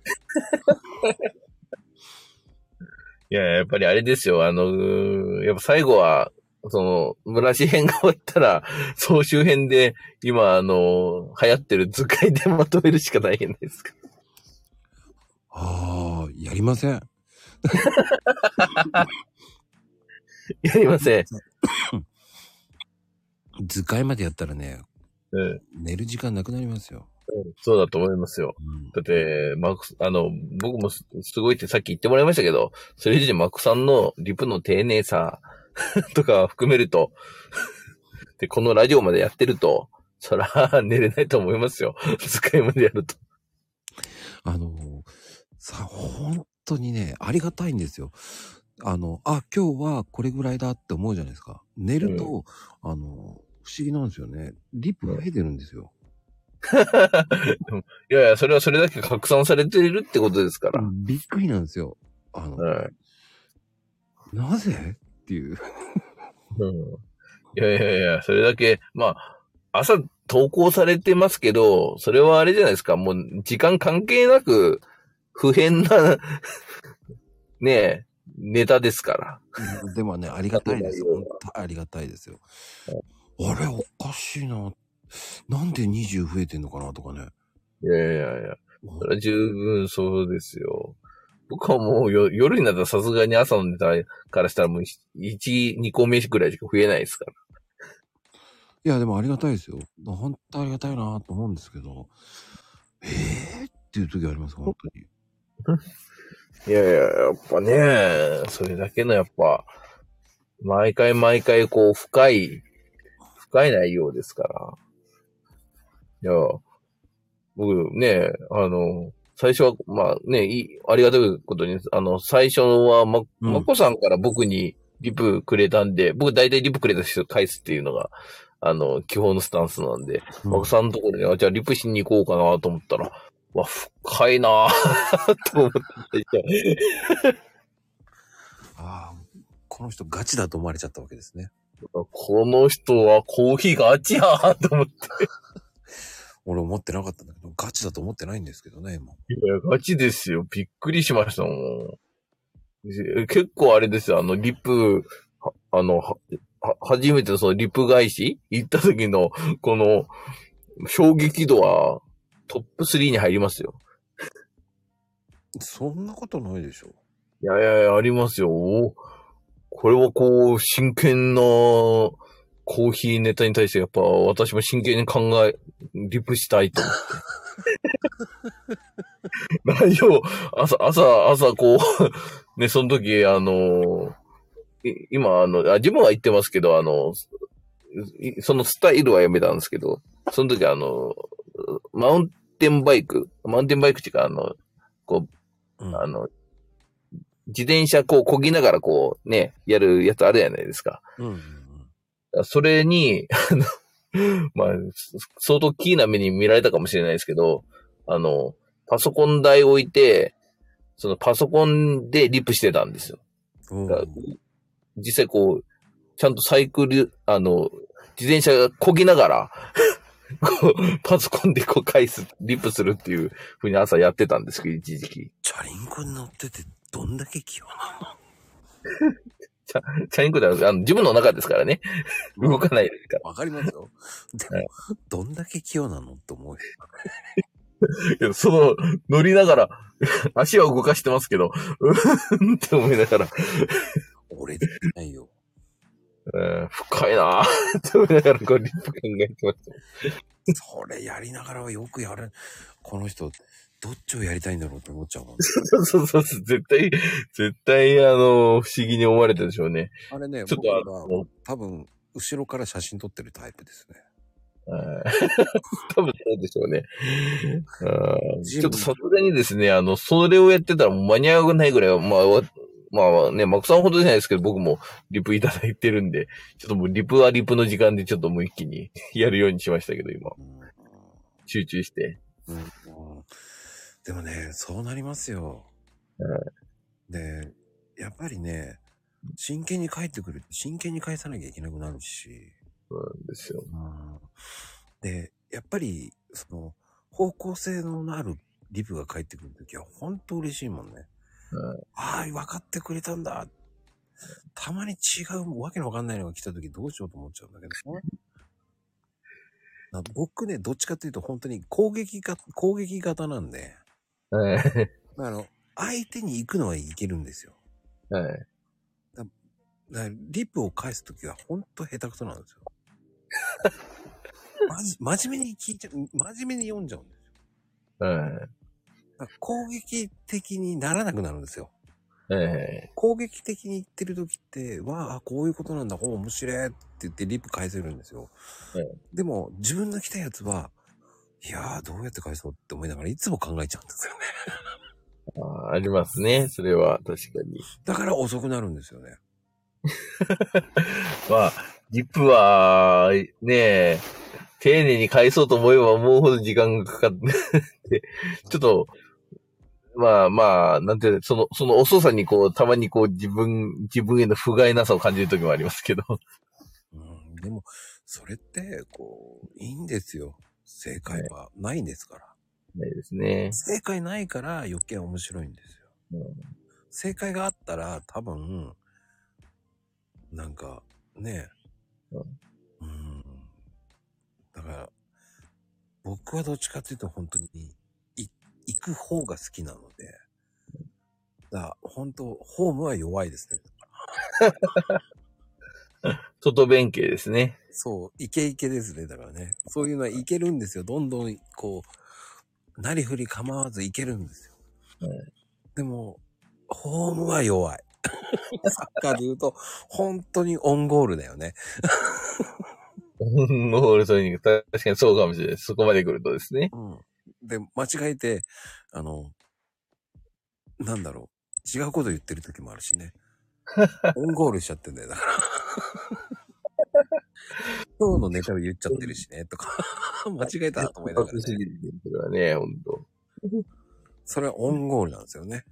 いや、やっぱりあれですよ、あの、やっぱ最後は、その、村市編が終わったら、総集編で、今、あの、流行ってる図解でまとめるしかないじゃないですか。 ああ、やりません。 やりません。 図解までやったらね、 うん、 寝る時間なくなりますよ。 うん、そうだと思いますよ。うん、だって、マーク、あの、僕もすごいってさっき言ってもらいましたけど、それ以上にマークさんのリプの丁寧さとか含めると、で、このラジオまでやってると、そら、寝れないと思いますよ。図解までやると。 あの、さ、本当にね、ありがたいんですよ。あの、あ、今日はこれぐらいだって思うじゃないですか。寝ると、うん、あの、不思議なんですよね。リップ増えてるんですよ。 いやいや、それはそれだけ拡散されているってことですから。 びっくりなんですよ。あの、はい、なぜっていう、 うん。いやいやいや、それだけ、まあ、朝投稿されてますけど、それはあれじゃないですか。もう時間関係なく、不変な、ねえ、ネタですから。 でもね、ありがたいです。本当ありがたいですよ。あれ、おかしいな。なんでにじゅう増えてんのかなとかね。 いやいやいや。それは十分そうですよ。僕はもうよ夜になったらさすがに朝のネタからしたらもういち、にこめぐらいしか増えないですから。 いや、でもありがたいですよ。本当ありがたいなと思うんですけど、えーっていう時あります、本当に。 いやいや、やっぱね、それだけのやっぱ、毎回毎回こう深い、深い内容ですから。いや、僕ね、あの、最初は、まあね、いい、ありがたいことに、あの、最初はま、まこさんから僕にリプくれたんで、うん、僕大体リプくれた人返すっていうのが、あの、基本のスタンスなんで、うん、まこさんのところに、あ、じゃあリプしに行こうかなと思ったら、わ、深いなぁと思っていて。 ああ、この人ガチだと思われちゃったわけですね。 この人はコーヒーガチやと思って。 俺思ってなかったんだけど、ガチだと思ってないんですけどね、今。 いや、ガチですよ。びっくりしましたもん。結構あれですよ。あの、リップ、あの、は、は、初めてのそのリップ返し行った時の、この、衝撃度はトップスリーに入りますよ。 そんなことないでしょ。 いやいやいや、ありますよ。これはこう、真剣なコーヒーネタに対してやっぱ私も真剣に考え、リプしたいと思って。内容、朝、朝、朝こう、ね、その時、あの、今、あの、あ、自分は言ってますけど、あの、そのスタイルはやめたんですけど、その時あの、マウンテンバイク、マウンテンバイクっていうか、あの、こう、うん、あの、自転車こう漕ぎながらこうね、やるやつあるじゃないですか。うんうんうん、それに、あの、まあ、相当キーな目に見られたかもしれないですけど、あの、パソコン台置いて、そのパソコンでリプしてたんですよ。実際こう、ちゃんとサイクル、あの、自転車が漕ぎながら、こう、パソコンでこう返す、リプするっていう風に朝やってたんですけど、一時期。 チャリンコに乗っててどんだけ器用なのチャ、チャリンコでは、あの、自分の中ですからね。動かないですから。 わかりますよ。でも、はい、どんだけ器用なのって思うよ。 いや、その、乗りながら、足は動かしてますけど、うーんって思いながら。 俺できないよ。 うん、深いなぁ。って思いながらこうリップ考えてました。 それやりながらはよくやる。この人、どっちをやりたいんだろうって思っちゃうもん。 そうそうそうそう。絶対、絶対、あの、不思議に思われたでしょうね。 あれね、 ちょっとあ僕はの、 多分、後ろから写真撮ってるタイプですね。 多分そうでしょうね。うんジムちょっとさすがにですね、あの、それをやってたらもう間に合わないぐらいは、まあ、わまあね、マクさんほどじゃないですけど、僕もリプいただいてるんで、ちょっともうリプはリプの時間でちょっともう一気にやるようにしましたけど、今。集中して。 うんうん、でもね、そうなりますよ。 うん、 で、やっぱりね、真剣に帰ってくる。真剣に返さなきゃいけなくなるし。 そうなんですよ。 うん、で、やっぱり、その、方向性のあるリプが返ってくるときは、ほんと嬉しいもんね。 うん、 ああ、分かってくれたんだ。たまに違う、わけのわかんないのが来たときどうしようと思っちゃうんだけどね。僕ね、どっちかっていうと本当に攻撃が、攻撃型なんで、 はい。 あの、相手に行くのはいけるんですよ。 はい。 だだリプを返すときは本当下手くそなんですよ。まじ、真面目に聞いちゃう、真面目に読んじゃうんですよ。 はい。 だから攻撃的にならなくなるんですよ。 はい。 攻撃的に言ってるときって、わあ、こういうことなんだ、お面白いって言ってリプ返せるんですよ。 はい。 でも、自分が来たやつは、いやー、どうやって返そうって思いながらいつも考えちゃうんですよね。 あ, ありますね。それは確かに。 だから遅くなるんですよね。 まあ、リップは、ねえ、丁寧に返そうと思えば思うほど時間がかかって、ちょっと、まあまあ、なんていうの、その、その遅さにこう、たまにこう自分、自分への不甲斐なさを感じる時もありますけど。 うん、でも、それって、こう、いいんですよ。正解はないんですから。 ないですね。 正解ないから余計面白いんですよ。 うん、 正解があったら多分、なんか、ねえ、 うん、 うん。だから、僕はどっちかっていうと本当に、い、行く方が好きなので、だから本当、ホームは弱いですね。 外弁慶ですね。 そう、イケイケですね。だからね。そういうのはいけるんですよ。どんどん、こう、なりふり構わずいけるんですよ。 うん、 でも、ホームは弱い。サッカーで言うと、本当にオンゴールだよね。 ゴールトニング、確かにそうかもしれない。そこまで来るとですね。 うん。で、間違えて、あの、なんだろう。違うこと言ってる時もあるしね。オンゴールしちゃってんだよ。だから。今日のネタを言っちゃってるしね。とか。間違えたと思いながら、ね。 すぎるそれはね、ほんと。 それはオンゴールなんですよね。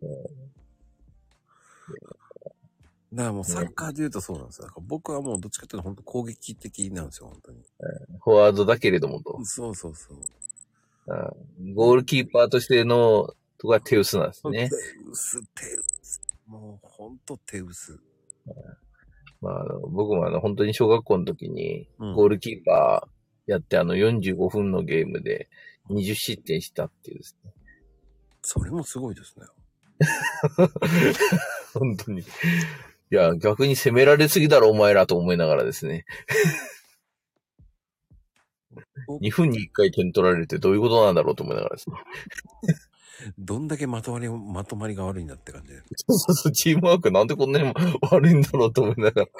だからもうサッカーで言うとそうなんですよ。だから僕はもうどっちかっていうと本当攻撃的なんですよ、本当に。 フォワードだけれどもと。 そうそうそう。 ゴールキーパーとしてのとこは手薄なんですね。 手薄、手薄。もうほんと手薄。 まあ、あの僕もあの本当に小学校の時にうんゴールキーパーやって、あのよんじゅうごふんのゲームでにじゅう失点したっていうですね。 それもすごいですね。 本当に。いや、逆に攻められすぎだろお前らと思いながらですね。にふんにいっかい点取られるってどういうことなんだろうと思いながらですね。 どんだけまとまり、まとまりが悪いんだって感じで。 そうそうそう、チームワークなんでこんなにも悪いんだろうと思いながら。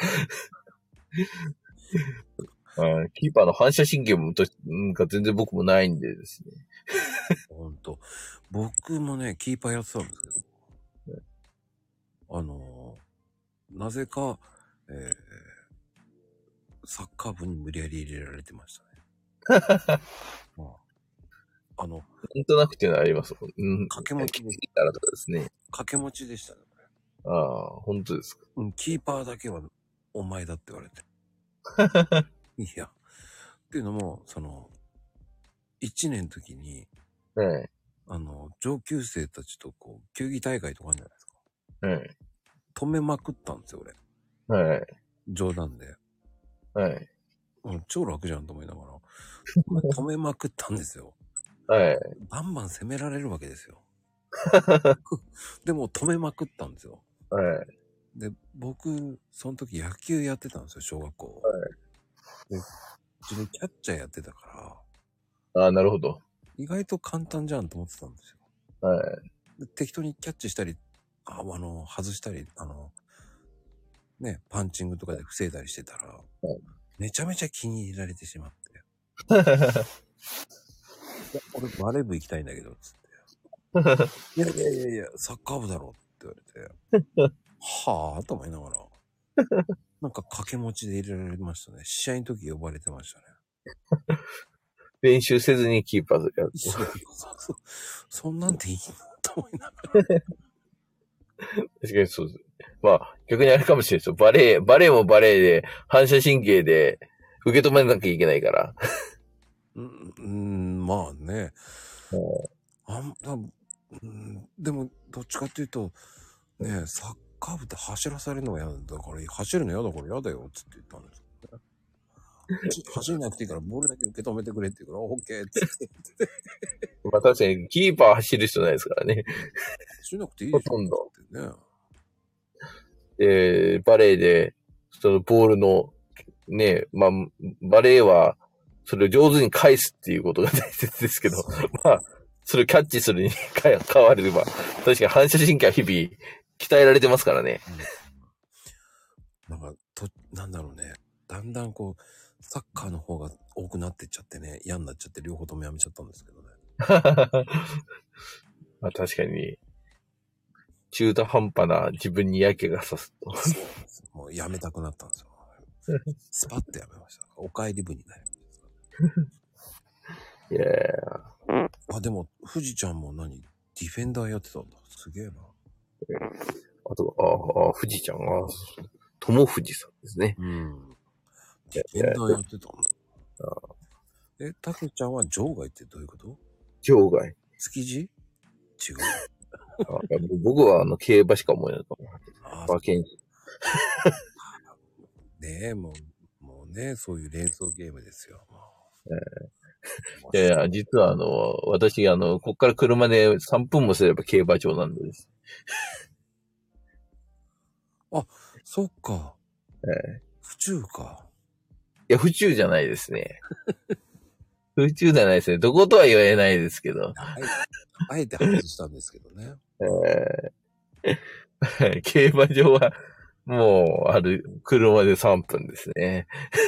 あキーパーの反射神経もとなんか全然僕もないんでですね。 ほんと。僕もね、キーパーやってたんですけど。ね、あのー、なぜか、えー、サッカー部に無理やり入れられてましたね。まあ、あの、 なんとなくっていうのはあります。うん。 掛け持ちでしたらとかですね。 掛け持ちでしたね。 ああ、本当ですか。 うん、キーパーだけはお前だって言われて。いや。っていうのも、その、一年の時に、 はい。 あの、上級生たちとこう、球技大会とかあるじゃないですか。 はい。 止めまくったんですよ、 俺。はい。 冗談で。 はい。 うん、超楽じゃんと思いながら。止めまくったんですよ。 はい。 バンバン攻められるわけですよ。でも止めまくったんですよ。 はい。 で、僕、その時野球やってたんですよ、小学校。 はい。 で、うちでキャッチャーやってたから。 ああ、なるほど。 意外と簡単じゃんと思ってたんですよ。 はい。 で適当にキャッチしたり、あ、あの、外したり、あの、ね、パンチングとかで防いだりしてたら、はい、めちゃめちゃ気に入られてしまって。いや、俺バレー部行きたいんだけど、つって。いやいやいやいや、サッカー部だろって言われて。はぁと思いながら。なんか掛け持ちで入れられましたね。試合の時呼ばれてましたね。 練習せずにキーパーやる。 そうそうそう。そんなんでいいのと思いながら。確かにそうです。まあ、逆にあれかもしれないですよ。バレー、バレーもバレーで、反射神経で受け止めなきゃいけないから。 うん、うん、まあね。あんうん、でも、どっちかっていうと、ね、サッカー部って走らされるのが嫌だから、走るの嫌だから嫌だよ、つって言ったんですよ、ね。走んなくていいからボールだけ受け止めてくれって言うから、オッケーって言って。 まあ確かに、キーパー走る人ないですからね。 走らなくていいでしょ。 ほとんど。 ってね。 えー、バレーで、そのボールの、ね、まあ、バレーは、それを上手に返すっていうことが大切ですけど、まあ、それをキャッチするに変われば、確かに反射神経は日々鍛えられてますからね。 うん、なんか、と、なんだろうね。だんだんこう、サッカーの方が多くなってっちゃってね、嫌になっちゃって両方ともやめちゃったんですけどね。 まあ確かに、中途半端な自分に嫌気がさすと。 もうやめたくなったんですよ。スパッとやめました。お帰り部になりました。 いやー。 あ、でも、富士ちゃんも何ディフェンダーやってたんだ。すげえな。 あと、ああ、富士ちゃんが、友富士さんですね。 うん。ディフェンダーやってたんだ。あえ、タケちゃんは場外ってどういうこと？ 場外。 築地？違う。 あ僕はあの、競馬しか思えないかも。ああ、馬券。 ねえ、もう、もうね、そういう連想ゲームですよ。 えー、いやいや、実はあの、私、あの、こっから車でさんぷんもすれば競馬場なんです。 あ、そっか。 えー、 府中か。 いや、府中じゃないですね。府中じゃないですね。どことは言えないですけど。 あえあえて外したんですけどね。 えー、競馬場は、もう、ある、車でさんぷんですね。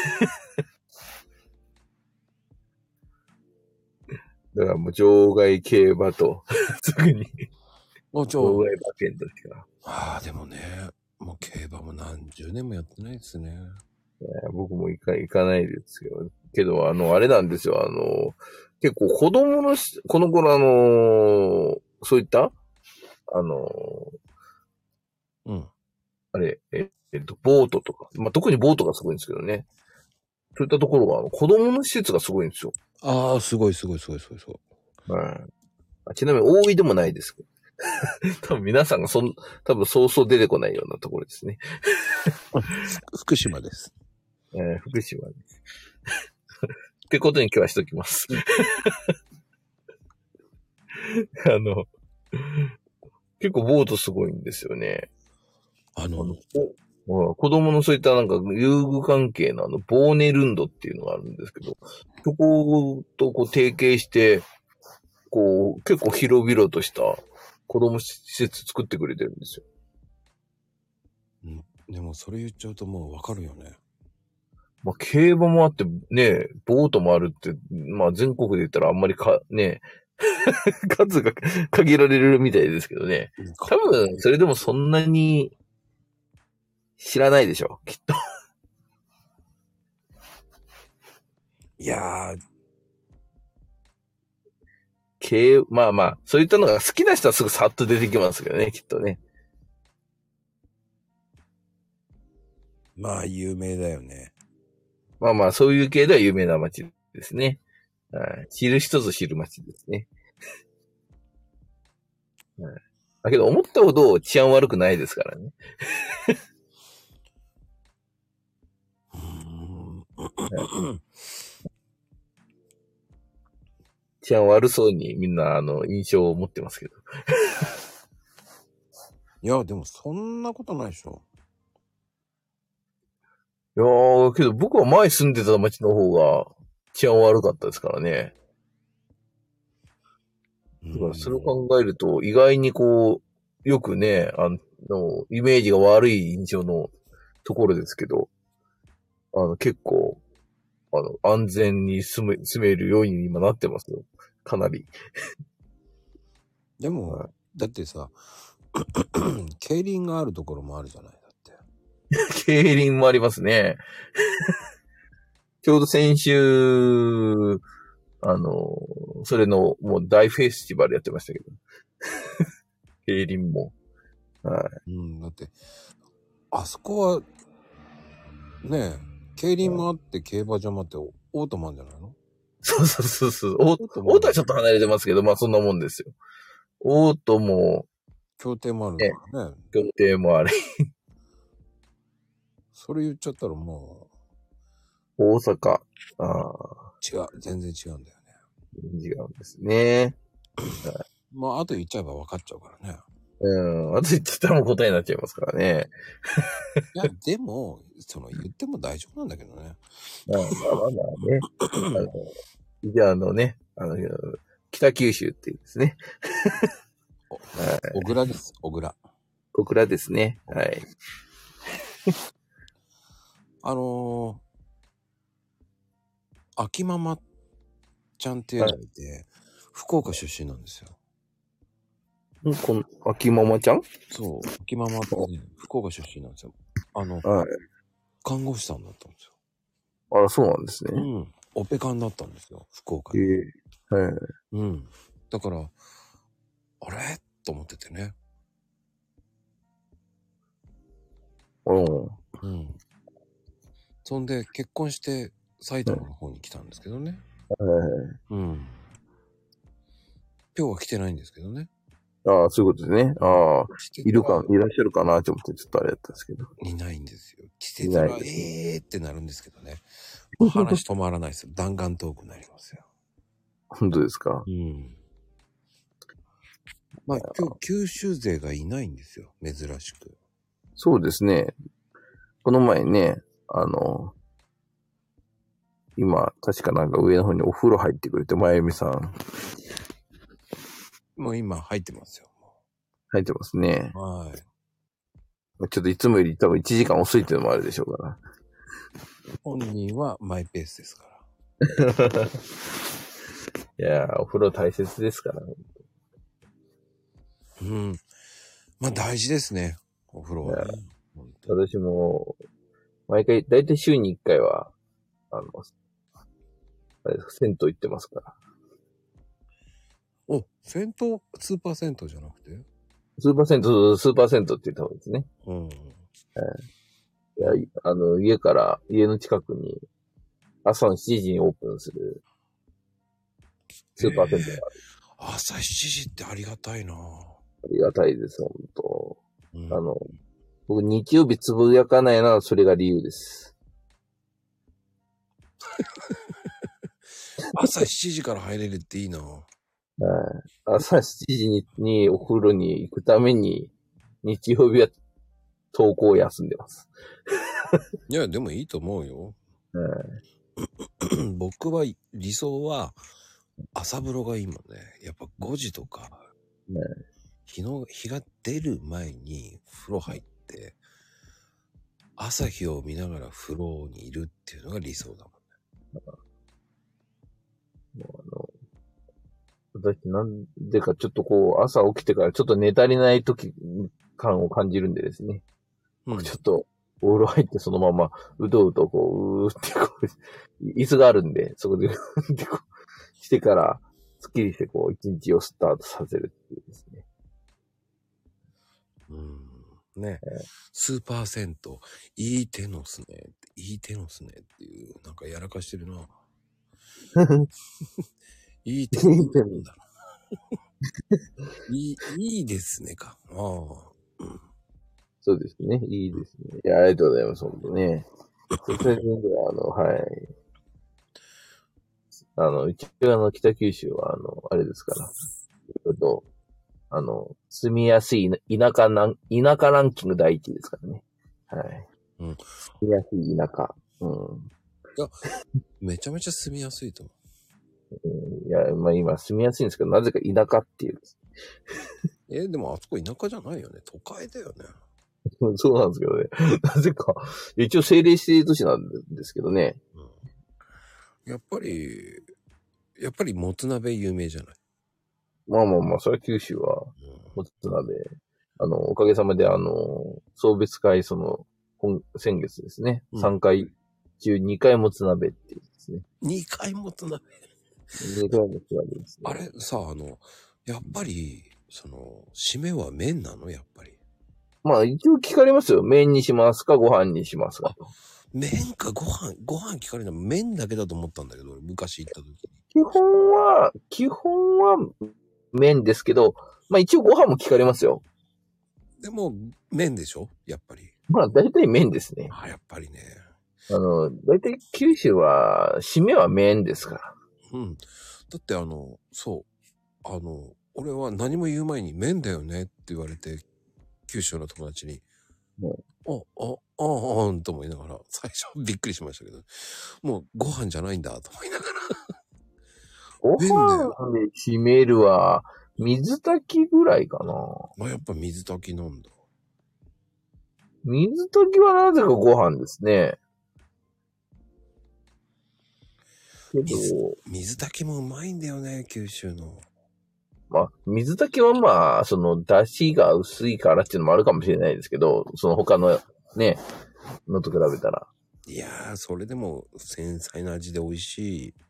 だからもう場外競馬と、すぐに、場外馬券としか。 ああ、でもね、もう競馬も何十年もやってないですね。 僕も行か、行かないですよ。けど、あの、あれなんですよ。あの、結構子供のし、この頃あの、そういった、あの、 うん。 あれ、ええっと、ボートとか、まあ、特にボートがすごいんですけどね。そういったところが、あの、子供の施設がすごいんですよ。 ああ、すごいすごいすごいすごいすごい。 はい。ちなみに、大井でもないですけど。多分皆さんがそん、多分そうそう出てこないようなところですね。 福島です。 えー、福島です。ってことに今日はしときます。あの、結構ボートすごいんですよね。 あの、あの子供のそういったなんか遊具関係のあの、ボーネルンドっていうのがあるんですけど、そことこう提携して、こう、結構広々とした子供施設作ってくれてるんですよ。 うん、でもそれ言っちゃうともうわかるよね。 まあ、競馬もあって、ね、ボートもあるって、まあ全国で言ったらあんまりか、ね、数が限られるみたいですけどね。多分、それでもそんなに知らないでしょ、きっと。 いやー。 競、まあまあ、そういったのが好きな人はすぐさっと出てきますけどね、きっとね。 まあ、有名だよね。 まあまあ、そういう系では有名な街ですね。はい、知る人ぞ知る街ですね。はい、だけど、思ったほど治安悪くないですからね。うーん治安悪そうにみんな、あの、印象を持ってますけど。 いや、でもそんなことないでしょ。 いやー、けど僕は前住んでた町の方が治安悪かったですからね。だからそれを考えると、意外にこう、よくね、あの、イメージが悪い印象のところですけど、あの、結構、あの、安全に住め、住めるように今なってますよ。かなり。 でも、はい、だってさ、競輪があるところもあるじゃないだって。 競輪もありますね。ちょうど先週、あの、それのもう大フェスティバルやってましたけど。競輪も。はい。 うん、だって、あそこは、ねえ、競輪もあって、競馬場もあって、オートマンじゃないの？ そうそうそうそう。オートはちょっと離れてますけど、まあそんなもんですよ。オートも、 協定もあるからね。 協定もある。 それ言っちゃったらもう。大阪。ああ。 違う。全然違うんだよね。違うんですね。 まあ、あと言っちゃえば分かっちゃうからね。 うん。あと言ってたらもう答えになっちゃいますからね。 いや、でも、その言っても大丈夫なんだけどね。 まあまあまあまあね。あの、じゃああのね、あの、北九州っていうですね。 小倉です、小倉。 小倉ですね。はい。 あのー、秋ママちゃんっていうのがいて、はい、福岡出身なんですよ。 んこの、秋ママちゃん？ そう、秋ママってね、福岡出身なんですよ。あの、 はい、 看護師さんだったんですよ。 あら、そうなんですね。 うん。オペカンだったんですよ、福岡に。 ええー、はい。 うん。だから、あれと思っててね。 うん。 うん。そんで、結婚して、埼玉の方に来たんですけどね。 はい。 うん。今日は来てないんですけどね。 ああ、そういうことですね。ああ、いるか、いらっしゃるかなと思って、ちょっとあれやったんですけど。 いないんですよ。来てたら、えーってなるんですけどね。話止まらないですよ。弾丸トークになりますよ。 本当ですか？ うん。まあ、今日、九州勢がいないんですよ。珍しく。 そうですね。この前ね、あの、今、確かなんか上の方にお風呂入ってくれて、まゆみさん。 もう今入ってますよ。 入ってますね。 はい。 ちょっといつもより多分いちじかん遅いっていうのもあるでしょうから。 本人はマイペースですから。 いやー、お風呂大切ですから。 うん。まあ大事ですね。お風呂は、ね。 私も、毎回、だいたい週にいっかいは、あの、あれ銭湯行ってますから。 お、銭湯、スーパー銭湯じゃなくてスーパー銭湯、スーパー銭湯って言った方がいいですね。うん。えー、いや、あの、家から、家の近くに、朝のしちじにオープンする、スーパー銭湯がある。 えー、朝しちじってありがたいなぁ。 ありがたいです、ほんと。うん、あの、僕、日曜日つぶやかないのは、それが理由です。 朝しちじから入れるっていいなぁ。 朝しちじに、にお風呂に行くために、日曜日は登校を休んでます。 いや、でもいいと思うよ。僕は、理想は、朝風呂がいいもんね。やっぱごじとか、ね、日の、日が出る前に風呂入って、朝日を見ながら風呂にいるっていうのが理想だもんね。 もうあの私なんでかちょっとこう朝起きてからちょっと寝足りない時感を感じるんでですね。うん、ちょっとお風呂入ってそのままうとうとこう、うーってこう、椅子があるんで、そこでうーってこうしてから、スッキリしてこう一日をスタートさせるっていうですね。 うん。ね、えー、スーパー銭湯、いい手のすね、いい手のすねっていう、なんかやらかしてるな。いい手のすねだろ。いい、いいですねか。ああ、 うん。そうですね。いいですね。いや、ありがとうございます。本当ね。それでは、あの、はい。あの、一応あの、北九州は、あの、あれですから。ちょっと、あの、住みやすい田舎ラン、田舎ランキング第一ですからね。はい。 うん。 住みやすい田舎。うん。 いや、めちゃめちゃ住みやすいと思うん、いや、まあ今住みやすいんですけど、なぜか田舎っていう。 う。えー、でもあそこ田舎じゃないよね。都会だよね。 そうなんですけどね。なぜか、一応政令指定都市なんですけどね。 うん、やっぱり、やっぱりもつ鍋有名じゃない。 まあまあまあ、それは九州は、もつ鍋。あの、おかげさまで、あの、送別会、その、今先月ですね、 うん、 さんかい中にかいもつ鍋っていうですね。 にかいもつ鍋。 にかいもつ鍋ですね。 あれさ、あの、やっぱり、その、締めは麺なのやっぱり。 まあ一応聞かれますよ。麺にしますか、ご飯にしますか。 麺かご飯、ご飯聞かれない。麺だけだと思ったんだけど、昔行った時に。 基本は、基本は麺ですけど、まあ一応ご飯も聞かれますよ。 でも、麺でしょやっぱり。 まあ大体麺ですね。 あ、やっぱりね。 あの、大体九州は、締めは麺ですから。 うん。だってあの、そう。あの、俺は何も言う前に麺だよねって言われて、九州の友達に、 うん、 あ、あ、あ、あ、あ、と思いながら、最初びっくりしましたけど、もうご飯じゃないんだと思いながら。 ご飯で締めるは、水炊きぐらいかな。 あ、やっぱ水炊きなんだ。 水炊きはなぜかご飯ですね。けど、 水、水炊きもうまいんだよね、九州の。 まあ、水炊きはまあ、その、出汁が薄いからっていうのもあるかもしれないですけど、その他のね、のと比べたら。 いやー、それでも繊細な味で美味しい。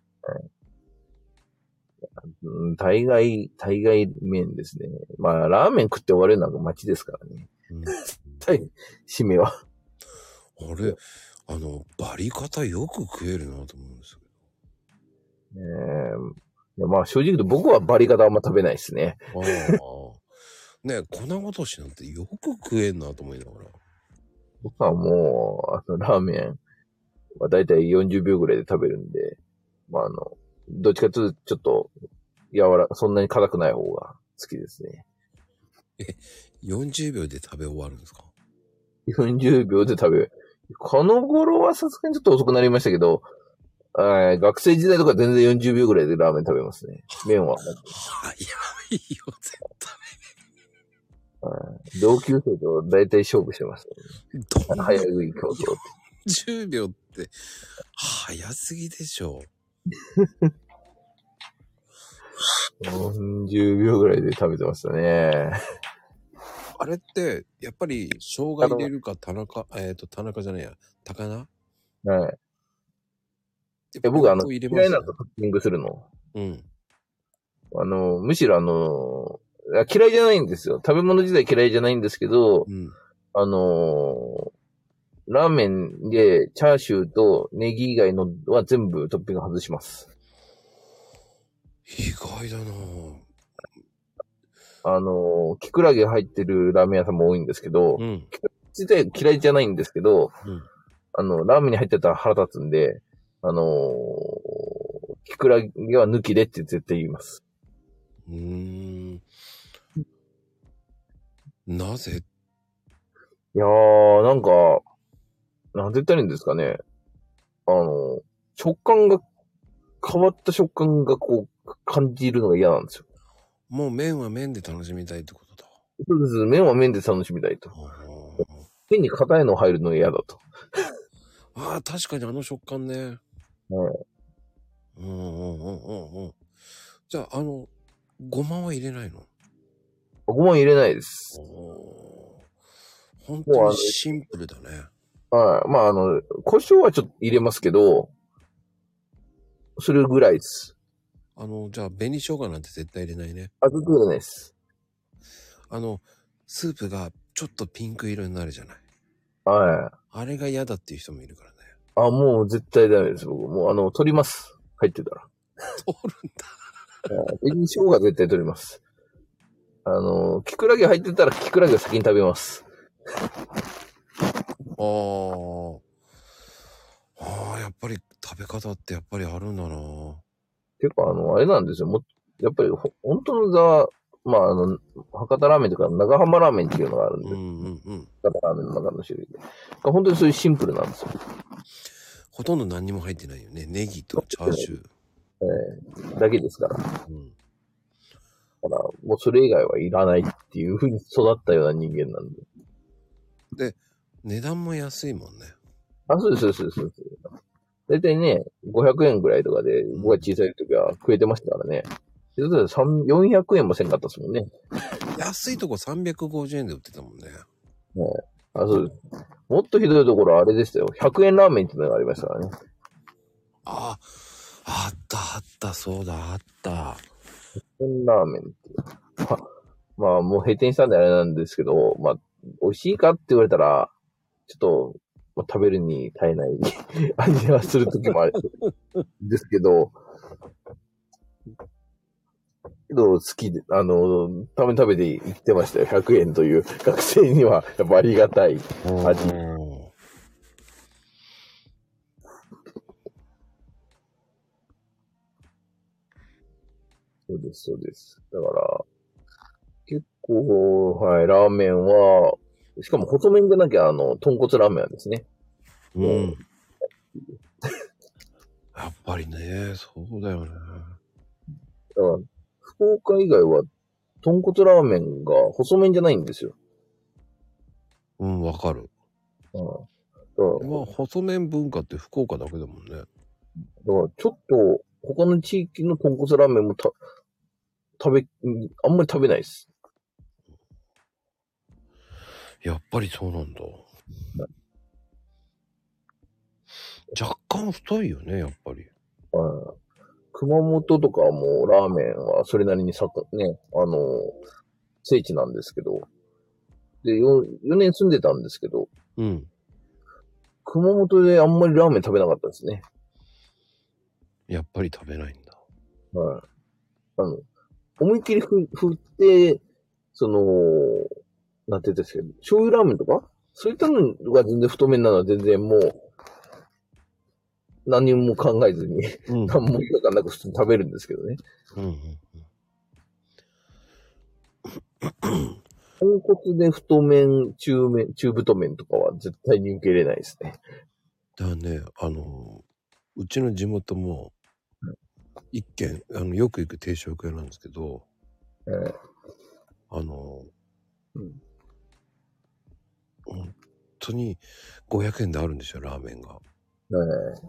うん、大概、大概麺ですね。まあ、ラーメン食って終われるのが街ですからね。 うん、 はい、締めは。 あれ、あの、バリ方よく食えるなと思うんですけど。 ねえ、いやまあ正直言うと僕はバリ方あんま食べないですね。 ああ。ねえ、粉落としなんてよく食えんなと思いながら。 僕はもう、あの、ラーメンはだいたいよんじゅうびょうぐらいで食べるんで、まああの、どっちかというとちょっと柔ら、そんなに辛くない方が好きですね。 え、よんじゅうびょうで食べ終わるんですか？ よんじゅうびょうで食べる。この頃はさすがにちょっと遅くなりましたけど、学生時代とか全然よんじゅうびょうぐらいでラーメン食べますね。麺は。 早いよ、絶対。同級生と大体勝負してます、 ね。どんな早食い競争。 よんじゅうびょうって早すぎでしょ。 よんじゅうびょうぐらいで食べてましたね。 あれって、やっぱり、生姜入れるか、田中、えっと、田中じゃないや、高菜？ はい。え、僕あの、嫌いなとトッピングするの。 うん。 あの、むしろあの、嫌いじゃないんですよ。食べ物自体嫌いじゃないんですけど、 うん、 あの、ラーメンでチャーシューとネギ以外のは全部トッピング外します。 意外だなぁ。 あの、キクラゲ入ってるラーメン屋さんも多いんですけど、 うん。 自体嫌いじゃないんですけど、 うん、 あの、ラーメンに入ってたら腹立つんで、あのー、キクラゲは抜きでって絶対言います。 うーん。なぜ？ いやー、なんか、なんて言ったらいいんですかね。あの、食感が、変わった食感がこう、感じるのが嫌なんですよ。 もう麺は麺で楽しみたいってことだ。 そうです。麺は麺で楽しみたいと。変に硬いの入るの嫌だと。 ああ、確かにあの食感ね。 はい。 うんうんうんうんうん。じゃあ、あの、ごまは入れないの？ ごま入れないです。 おー、本当にシンプルだね。 はい。まあ、あの、胡椒はちょっと入れますけど、それぐらいです。 あの、じゃあ、紅生姜なんて絶対入れないね。 あ、絶対入れないです。 あの、スープがちょっとピンク色になるじゃない。 はい。 あれが嫌だっていう人もいるからね。 あ、もう絶対ダメです。僕、もう、あの、取ります。入ってたら。 取るんだ。 紅生姜絶対取ります。あの、キクラゲ入ってたらキクラゲを先に食べます。 ああ。ああ、やっぱり食べ方ってやっぱりあるんだな。 結構あの、あれなんですよ。もやっぱりほ、本当のザ、 まあ、あの、博多ラーメンとか長浜ラーメンっていうのがあるんで、 うんうんうん。 博多ラーメンの中の種類で。本当にそういうシンプルなんですよ。 ほとんど何にも入ってないよね。ネギとチャーシュー。 えー、だけですから。だかうん。 ら、もうそれ以外はいらないっていう風に育ったような人間なんで。 で、値段も安いもんね。 あ、そうです、そうです、そうです。だいたいね、ごひゃくえんぐらいとかで、僕が小さい時は食えてましたからね。だってよんひゃくえんもせんかったですもんね。 安いとこさんびゃくごじゅうえんで売ってたもんね。 ねあ、そうです。もっとひどいところはあれでしたよ。ひゃくえんラーメンっていうのがありましたからね。 ああ、あったあった、そうだ、あった。 ひゃくえんラーメンって。まあ、まあ、もう閉店したんであれなんですけど、まあ、美味しいかって言われたら、ちょっと、まあ、食べるに耐えない味がする時もあるんですけど、けど好きで、あの、ため食べて生きてましたよ。ひゃくえんという学生にはやっぱありがたい味。そうです、そうです。だから、結構、はい、ラーメンは、しかも細麺でなきゃ、あの、豚骨ラーメンはですね。 うん。やっぱりね、そうだよね。 だから、福岡以外は、豚骨ラーメンが細麺じゃないんですよ。 うん、わかる。 うん。だから、 まあ、細麺文化って福岡だけだもんね。 だからちょっと、他の地域の豚骨ラーメンもた、食べ、あんまり食べないです。 やっぱりそうなんだ。若干太いよね、やっぱり。 うん、熊本とかはもうラーメンはそれなりにさか、ね、あの、聖地なんですけど、で、よ、よねん住んでたんですけど、 うん。 熊本であんまりラーメン食べなかったですね。 やっぱり食べないんだ。 はい。あの、思いっきりふ、振って、その、なんて言うんですけど、醤油ラーメンとかそういったのが全然太麺なのは全然もう、何も考えずに、うん、何も違和感なく普通に食べるんですけどね。うんうんうん。豚骨で太麺、中麺、中太麺とかは絶対に受け入れないですね。 だからね、あの、うちの地元も、一軒、あの、よく行く定食屋なんですけど、えー、あの、うん、本当にごひゃくえんであるんですよ、ラーメンが。えー、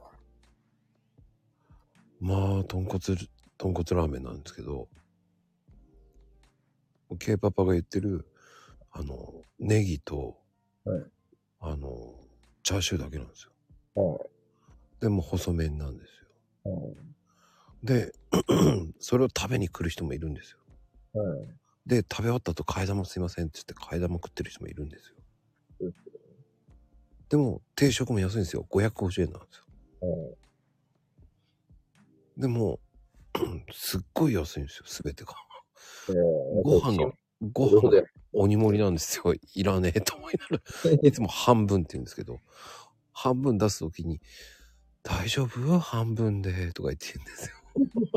まあ、豚骨、豚骨ラーメンなんですけど、K パパが言ってる、あの、ネギと、はい、あの、チャーシューだけなんですよ。はい、でも細麺なんですよ。はい、で、それを食べに来る人もいるんですよ。はい、で、食べ終わった後、替え玉すいませんって言って、替え玉食ってる人もいるんですよ。うん、でも、定食も安いんですよ。ごひゃくごじゅうえんなんですよ。はい、でも、すっごい安いんですよ、すべてが。ご飯が、ご飯が鬼盛りなんですよ。いらねえと思いながら、いつも半分って言うんですけど、半分出すときに、大丈夫半分で、とか言って言うんですよ。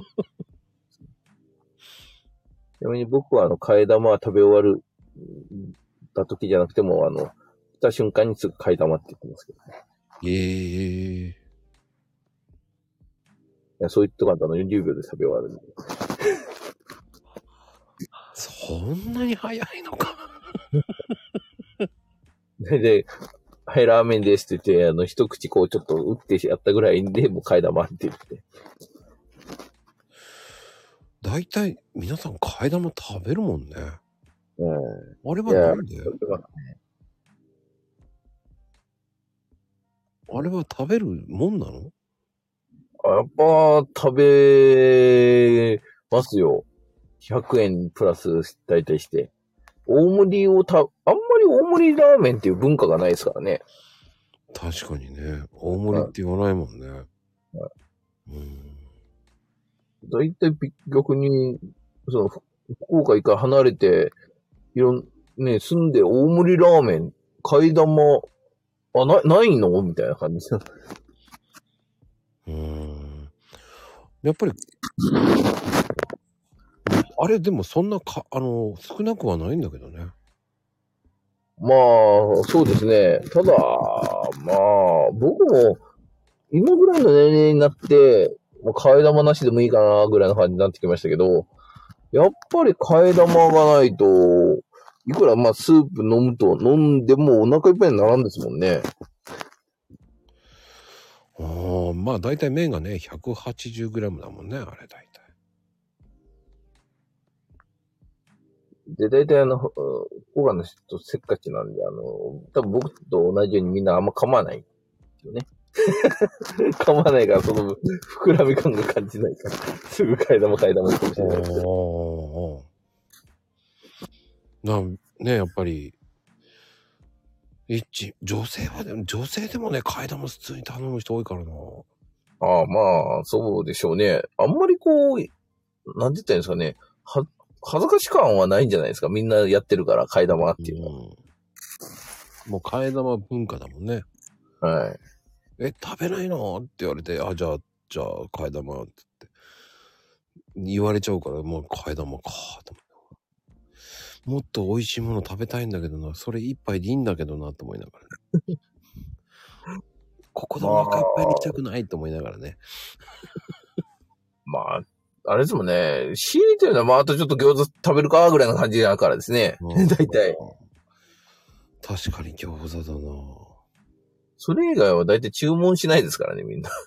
ちなみに僕はあの、替え玉は食べ終わる、た時じゃなくても、あの、来た瞬間にすぐ替え玉って言ってますけどね。 ええー。いや、そういった方のよんじゅうびょうで食べ終わるんで。 そんなに早いのか。 で、で、はい、ラーメンですって言って、あの、一口こうちょっと打ってやったぐらいで、もう替え玉って言って。 だいたい皆さん替え玉食べるもんね。うん。あれはなんで？あれは食べるもんなの？ やっぱ、食べますよ。ひゃくえんプラス大体して。大盛りをた、あんまり大盛りラーメンっていう文化がないですからね。 確かにね。大盛りって言わないもんね。はいはい、うん。 大体逆に、その、福岡一回離れて、いろん、ね、住んで大盛りラーメン、替え玉、あ、な、ないのみたいな感じ。 うーん。やっぱり、 あれでもそんなか、あの、少なくはないんだけどね。 まあ、そうですね。ただ、まあ、僕も、今ぐらいの年齢になって、まあ、替え玉なしでもいいかな、ぐらいの感じになってきましたけど、やっぱり替え玉がないと、いくらまあスープ飲むと、飲んでもお腹いっぱいにならんですもんね。 ああ、まあ大体麺がね、ひゃくはちじゅうグラムだもんね、あれ大体。 で、大体あの、小川の人せっかちなんで、あの、多分僕と同じようにみんなあんま噛まないよね。噛まないから、その膨らみ感が感じないから、すぐ替え玉替え玉かもしれないです。 な、ね、やっぱり、一、女性はでも、女性でもね、替え玉普通に頼む人多いからな。 ああ、まあ、そうでしょうね。あんまりこう、なんて言ったらいいんですかね。は、恥ずかし感はないんじゃないですか。みんなやってるから、替え玉っていうのは。 うん、もう替え玉文化だもんね。 はい。 え、食べないのって言われて、あ、じゃあ、じゃあ、替え玉って言われちゃうから、もう替え玉かと思って。もっと美味しいもの食べたいんだけどな、それ一杯でいいんだけどなと思いながらね。ここでお腹いっぱいにしたくないと思いながらね。 まあ、あれですもんね。強いてるのは、まあ、あとちょっと餃子食べるかぐらいの感じだからですね。大体。 確かに餃子だな。 それ以外は大体注文しないですからね、みんな。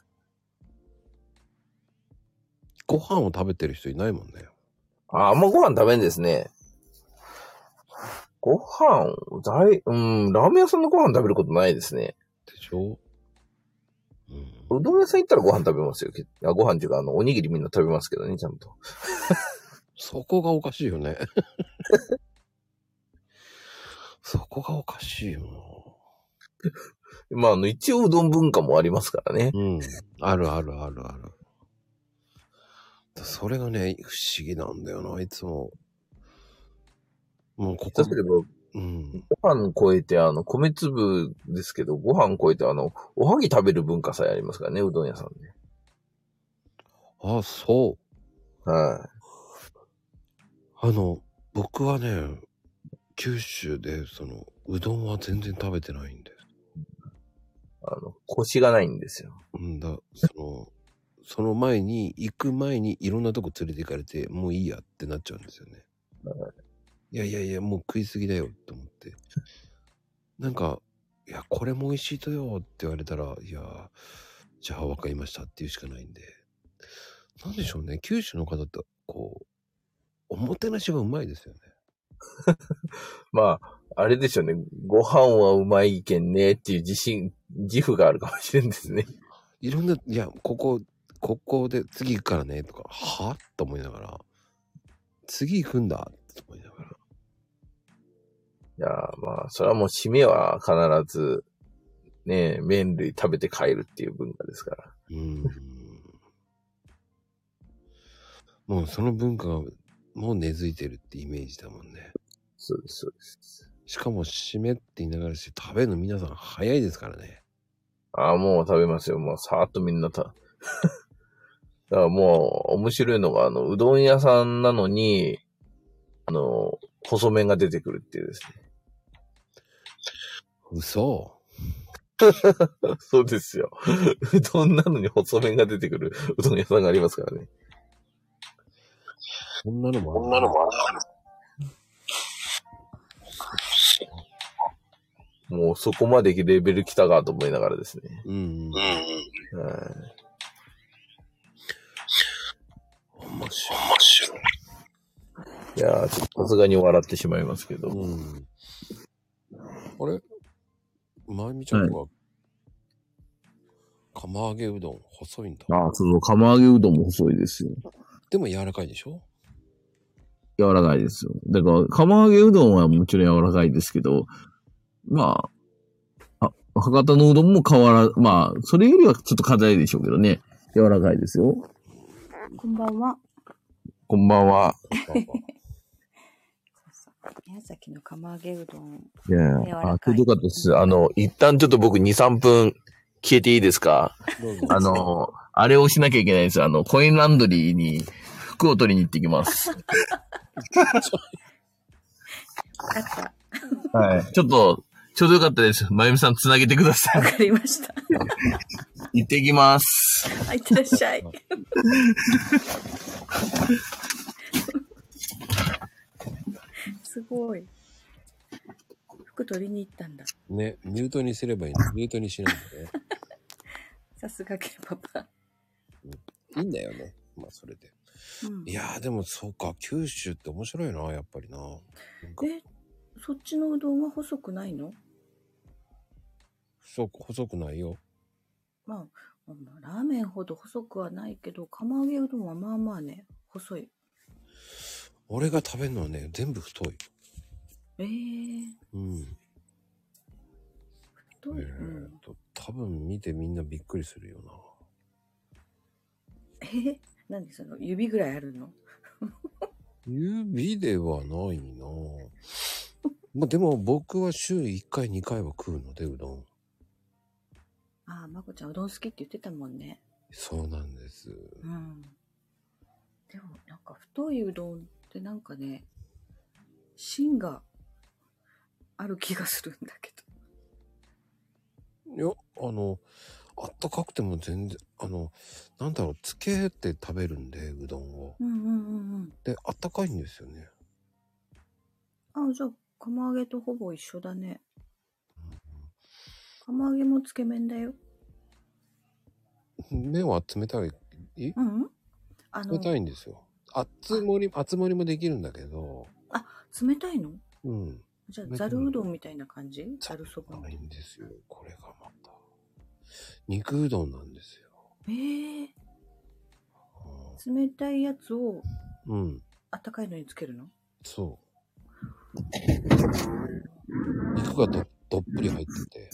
ご飯を食べてる人いないもんね。 あ、あんまご飯食べんですね。ご飯、だい、うん、ラーメン屋さんのご飯食べることないですね。 でしょ？ うん。うどん屋さん行ったらご飯食べますよ。あ、ご飯っていうか、あの、おにぎりみんな食べますけどね、ちゃんと。 そこがおかしいよね。そこがおかしいよな。まあ、あの、一応うどん文化もありますからね。 うん。あるあるあるある。それがね、不思議なんだよな、いつも。もうここ。 例えば、うん、ご飯超えて、あの、米粒ですけど、ご飯超えて、あの、おはぎ食べる文化さえありますからね、うどん屋さんで。 あ、そう。 はい。 あの、僕はね、九州で、その、うどんは全然食べてないんです。 あの、コシがないんですよ。 うんだ、その、その前に、行く前にいろんなとこ連れて行かれて、もういいやってなっちゃうんですよね。 はい。 いやいやいや、もう食いすぎだよと思って。なんか、いや、これも美味しいとよって言われたら、いや、じゃあ分かりましたって言うしかないんで。なんでしょうね、九州の方って、こう、おもてなしがうまいですよね。 まあ、あれでしょうね。ご飯はうまいけんねっていう自信、自負があるかもしれんですね。 いろんな、いや、ここ、ここで次行くからねとか、はと思いながら、次行くんだって思いながら。 いや、まあ、それはもう締めは必ず、ね、麺類食べて帰るっていう文化ですから。 うーん。もうその文化がもう根付いてるってイメージだもんね。 そうです、そうです。 しかも締めって言いながらし、食べるの皆さん早いですからね。 ああ、もう食べますよ。もうさーっとみんなた。だからもう面白いのが、あの、うどん屋さんなのに、あの、細麺が出てくるっていうですね。 嘘そうですよ。うどんなのに細麺が出てくるうどん屋さんがありますからね。 そんなのもある。 そんなのもある。もうそこまでレベル来たかと思いながらですね。 うん、うん。うん。 はい。 面白い。面白い。 いやー、ちょっとさすがに笑ってしまいますけど。 うん。あれまゆみちゃんは、はい、釜揚げうどん細いんだ。 ああ、その釜揚げうどんも細いですよ。 でも柔らかいでしょ？ 柔らかいですよ。だから、釜揚げうどんはもちろん柔らかいですけど、まあ、あ、博多のうどんも変わら、まあ、それよりはちょっと硬いでしょうけどね。柔らかいですよ。 こんばんは。 こんばんは。 宮崎の釜揚げうどん。 いやいや、あ、ちょうどよかったです。あの、一旦ちょっと僕に、さんぷん消えていいですか？あの、あれをしなきゃいけないんです。あの、コインランドリーに服を取りに行ってきます。 あった。 はい。ちょっと、ちょうどよかったです。まゆみさんつなげてください。 わかりました。 行ってきます。 はい、いってらっしゃい。すごい。服取りに行ったんだ。 ね、ミュートにすればいいの。ミュートにしないんだね。 さすがケンパパ。 いいんだよね。まあそれで。うん、いやーでもそうか、九州って面白いな、やっぱりな。なんかえ、そっちのうどんは細くないの？ そう、細くないよ。 まあ、ラーメンほど細くはないけど、釜揚げうどんはまあまあね、細い。 俺が食べるのはね、全部太い。 えー。 うん。 太い。 えーと、多分見てみんなびっくりするよな。 えー、なんでその指ぐらいあるの？ 指ではないな。まあでも僕は週いっかいにかいは食うので、うどん。 ああ、まこちゃんうどん好きって言ってたもんね。 そうなんです。 うん。でもなんか太いうどんってなんかね、芯がある気がするんだけど。いや、あの、あったかくても全然、あの、なんだろう、つけて食べるんで、うどんを。 うんうんうんうん。 で、あったかいんですよね。 ああ、じゃあ、釜揚げとほぼ一緒だね。釜揚げもつけ麺だよ。 麺は冷たい？ うん、あの冷たいんですよ。熱盛り、熱盛りもできるんだけど。 あ、冷たいの？ うん。 じゃあ、ざるうどんみたいな感じ？ざるそば。 ないんですよ。これがまた。肉うどんなんですよ。 えー、冷たいやつを、 うん。 あったかいのにつけるの？ そう。肉が ど, どっぷり入ってて。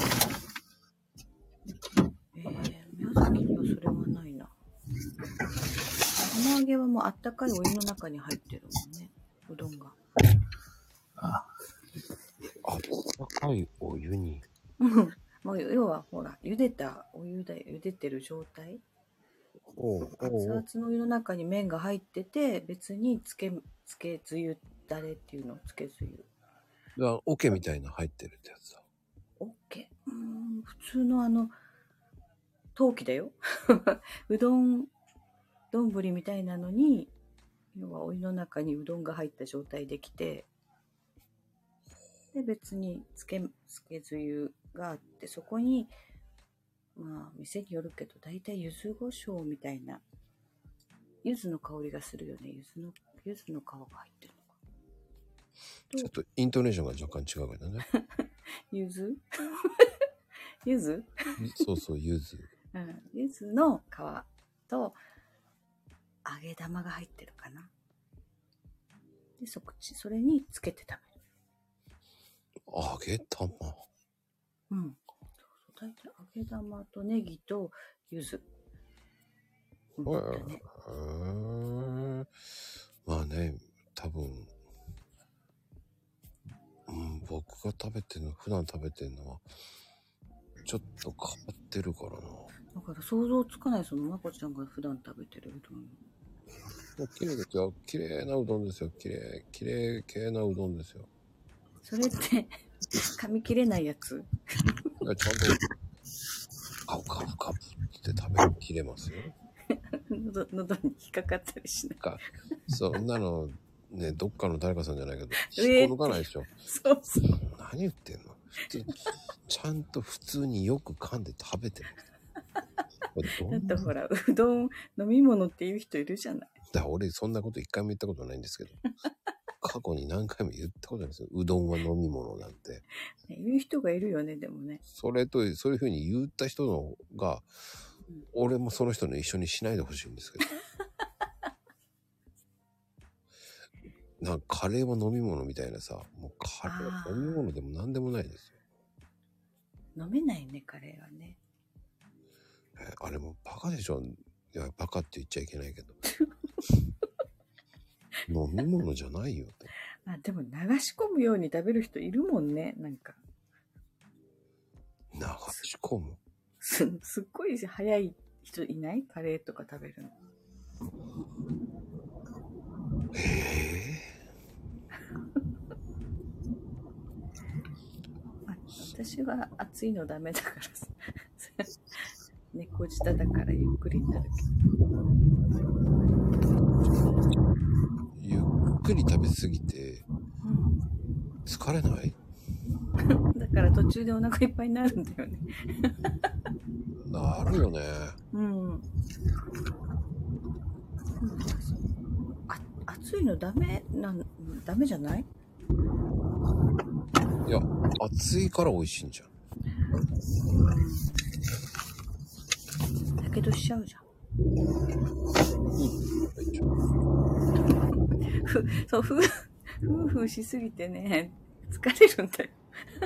えー、宮崎にはそれはないな。釜揚げはもうあったかいお湯の中に入ってるもんね。うどんが。 あ、あったかいお湯に。 もう要はほら、茹でたお湯で茹でてる状態。おうおうおう、熱々のお湯の中に麺が入ってて、別につけ、つけつゆだれっていうの、つけつゆ。 だオケみたいな入ってるってやつだ。 オケ、うーん、普通のあの、陶器だよ。うどん、丼みたいなのに、要はお湯の中にうどんが入った状態できて、で、別につけ、つけつゆがあって、そこに、まあ、店によるけど、だいたい柚子胡椒みたいな、柚子の香りがするよね。柚子の、柚子の皮が入ってるのか。 ちょっとイントネーションが若干違うけどね。 柚子柚子そうそう、柚子。 うん。柚子の皮と、揚げ玉が入ってるかな。で、そこち、それにつけて食べる。 揚げ玉。 うん。大体揚げ玉とネギと柚子。うん、だね。 へー。まあね、多分、うん、僕が食べてるの、普段食べてるのは、ちょっと変わってるからな。 だから想像つかない、そのまこちゃんが普段食べてるうどん。 綺麗ですよ。綺麗なうどんですよ。綺麗、綺麗系なうどんですよ。 それって、噛み切れないやつ？ いや、ちゃんと、カプカプカプって食べきれますよ。 喉、喉に引っかかったりしないか。 そんなの、ね、どっかの誰かさんじゃないけど、引っこ抜かないでしょ。 そうそう。 何言ってんの？普通、ちゃんと普通によく噛んで食べてます。 だってほら、うどん飲み物っていう人いるじゃない。 だから俺そんなこと一回も言ったことないんですけど、過去に何回も言ったことないですよ。うどんは飲み物なんて。 言う人がいるよね、でもね。 それと、そういうふうに言った人のが、うん、俺もその人の一緒にしないでほしいんですけど。なんかカレーは飲み物みたいなさ、もうカレーは飲み物でも何でもないですよ。飲めないね、カレーはね。 え、あれもバカでしょ。いや、バカって言っちゃいけないけど。飲み物じゃないよって。 あ、でも流し込むように食べる人いるもんね、なんか。 流し込むす、すっごい早い人いない？カレーとか食べるの。 私は暑いのダメだからさ。猫舌だからゆっくりになるゆっくり食べ過ぎて、疲れない？ だから途中でお腹いっぱいになるんだよね。 なるよね。 うん。あ、暑いのダメなん、ダメじゃない？ いや、暑いから美味しいんじゃん。 やけどしちゃうじゃん。ふ、そう、ふ、ふうふうしすぎてね、疲れるんだよ。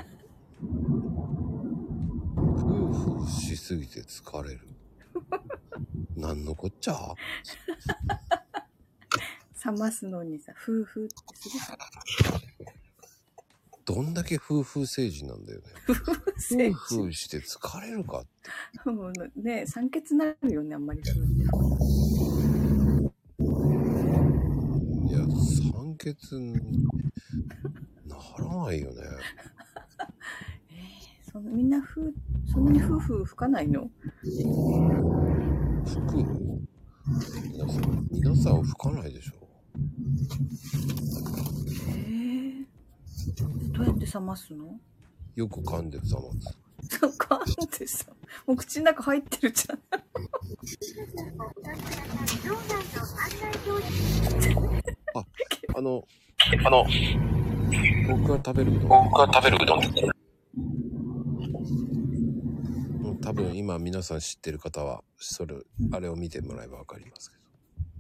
ふうふうしすぎて疲れる。なんのこっちゃ？ 冷ますのにさ、ふうふうってするさ。 どんだけ夫婦政治なんだよね。 夫婦政治。 夫婦して疲れるかって。 もうね、酸欠になるよね、あんまりそうって。 いや、酸欠にならないよね。 えー、そみんなふそんなに夫婦吹かないの？ 吹く？皆さん、皆さん吹かないでしょ。 えー、どうやって冷ますの？ よく噛んで冷ます。 そう、噛んでさ、もう口の中入ってるじゃん。 あ、あの、あの、僕が食べるうどん。僕が食べるうどん。うん、多分今皆さん知ってる方は、それ、あれを見てもらえばわかりますけど。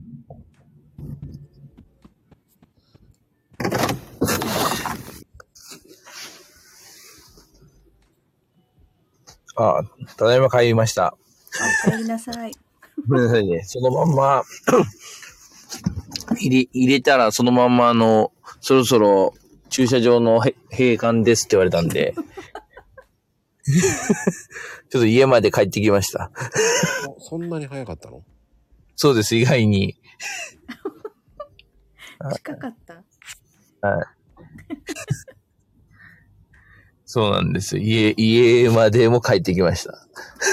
ああ、ただいま帰りました。 お帰りなさい。 ごめんなさいね。そのまんま、入れ、入れたらそのまんまあの、そろそろ駐車場の閉館ですって言われたんで、ちょっと家まで帰ってきました。 そんなに早かったの？ そうです、意外に。 近かった？ はい。そうなんですよ。家、家までも帰ってきました。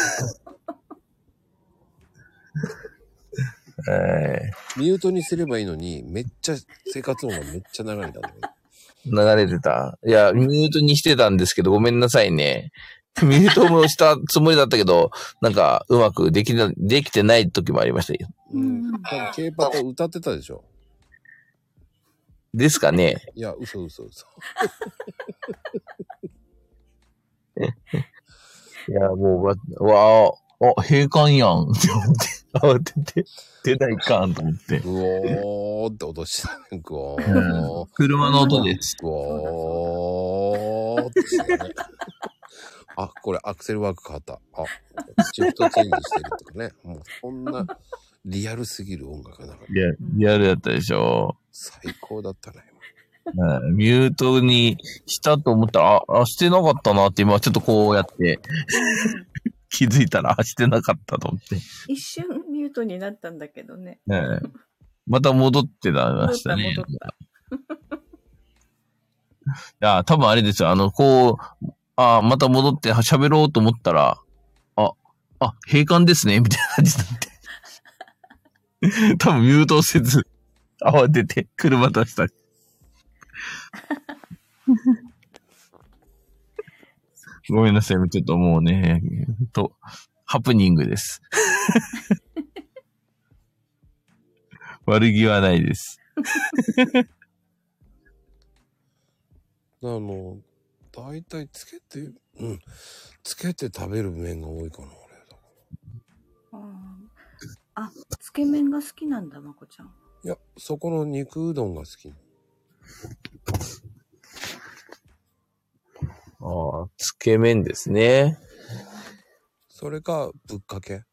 えー、ミュートにすればいいのに、めっちゃ生活音がめっちゃ流れたんだけど。 流れてた。いや、ミュートにしてたんですけど、ごめんなさいね。ミュートもしたつもりだったけど、なんかうまくできな、できてない時もありましたよ。 うん。多分 K パタ歌ってたでしょ。 ですかね。 いや、嘘嘘嘘。 いや、もう、わ、わあ、閉館やんって思って、慌てて、出ないかんと思って。 ぐおーって音したね。ぐおー。 車の音です。 ぐおーってしたね。あ、これアクセルワーク変わった。あ、シフトチェンジしてるとかね。もうそんなリアルすぎる音楽がなかった。 いや、リアルだったでしょ。 最高だったね。 ミュートにしたと思ったら、あ、あしてなかったなって今ちょっとこうやって気づいたら、あ、してなかったと思って。 一瞬ミュートになったんだけどね。 ねえ、また戻ってたましたね。 戻った、戻った。 いや、多分あれですよ。あの、こう、あ、また戻って喋ろうと思ったら、あ、あ、閉館ですね、みたいな感じになって。多分ミュートせず、慌てて車出したり。ごめんなさい。ちょっともうね、と、ハプニングです。悪気はないです。 あの、だいたいつけて、うん、つけて食べる麺が多いかな、俺だから。 あ、あ、つけ麺が好きなんだ、まこちゃん。 いや、そこの肉うどんが好き。 ああ、つけ麺ですね。 それか、ぶっかけ。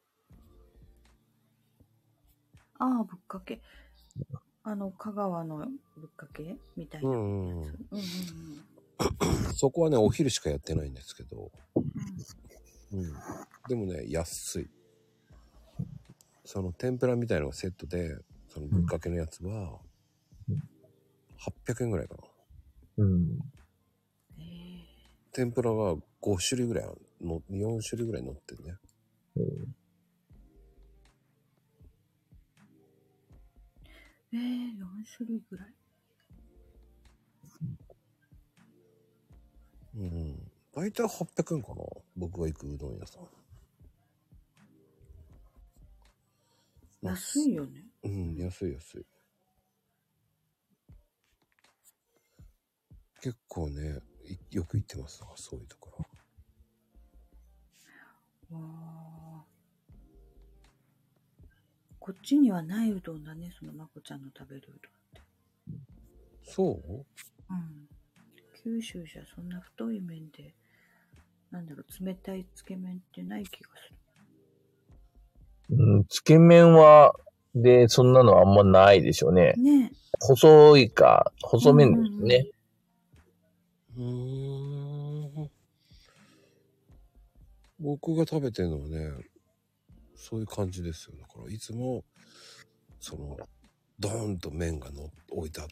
ああ、ぶっかけ。あの、香川のぶっかけみたいなやつ。うんうんうん。 そこはね、お昼しかやってないんですけど。うん。うん、でもね、安い。その天ぷらみたいなのがセットで、そのぶっかけのやつは、はっぴゃくえんぐらいかな。 うん。 天ぷらがご種類ぐらいの、よん種類ぐらい乗ってるね。 うん、 えー、よん種類ぐらい。 うん。だいたいはっぴゃくえんかな。僕が行くうどん屋さん。 安いよね。 うん、安い安い。結構ね、よく行ってますわ、そういうところ。 わあ。こっちにはないうどんだね、そのまこちゃんの食べるうどんって。 そう？ うん。九州じゃそんな太い麺で、なんだろう、冷たいつけ麺ってない気がする。うん、つけ麺は、で、そんなのあんまないでしょうね。 ね。 細いか、細麺ですね。 うーん。僕が食べてるのはね、そういう感じですよ。だからいつもそのドーンと麺がの置いてあって、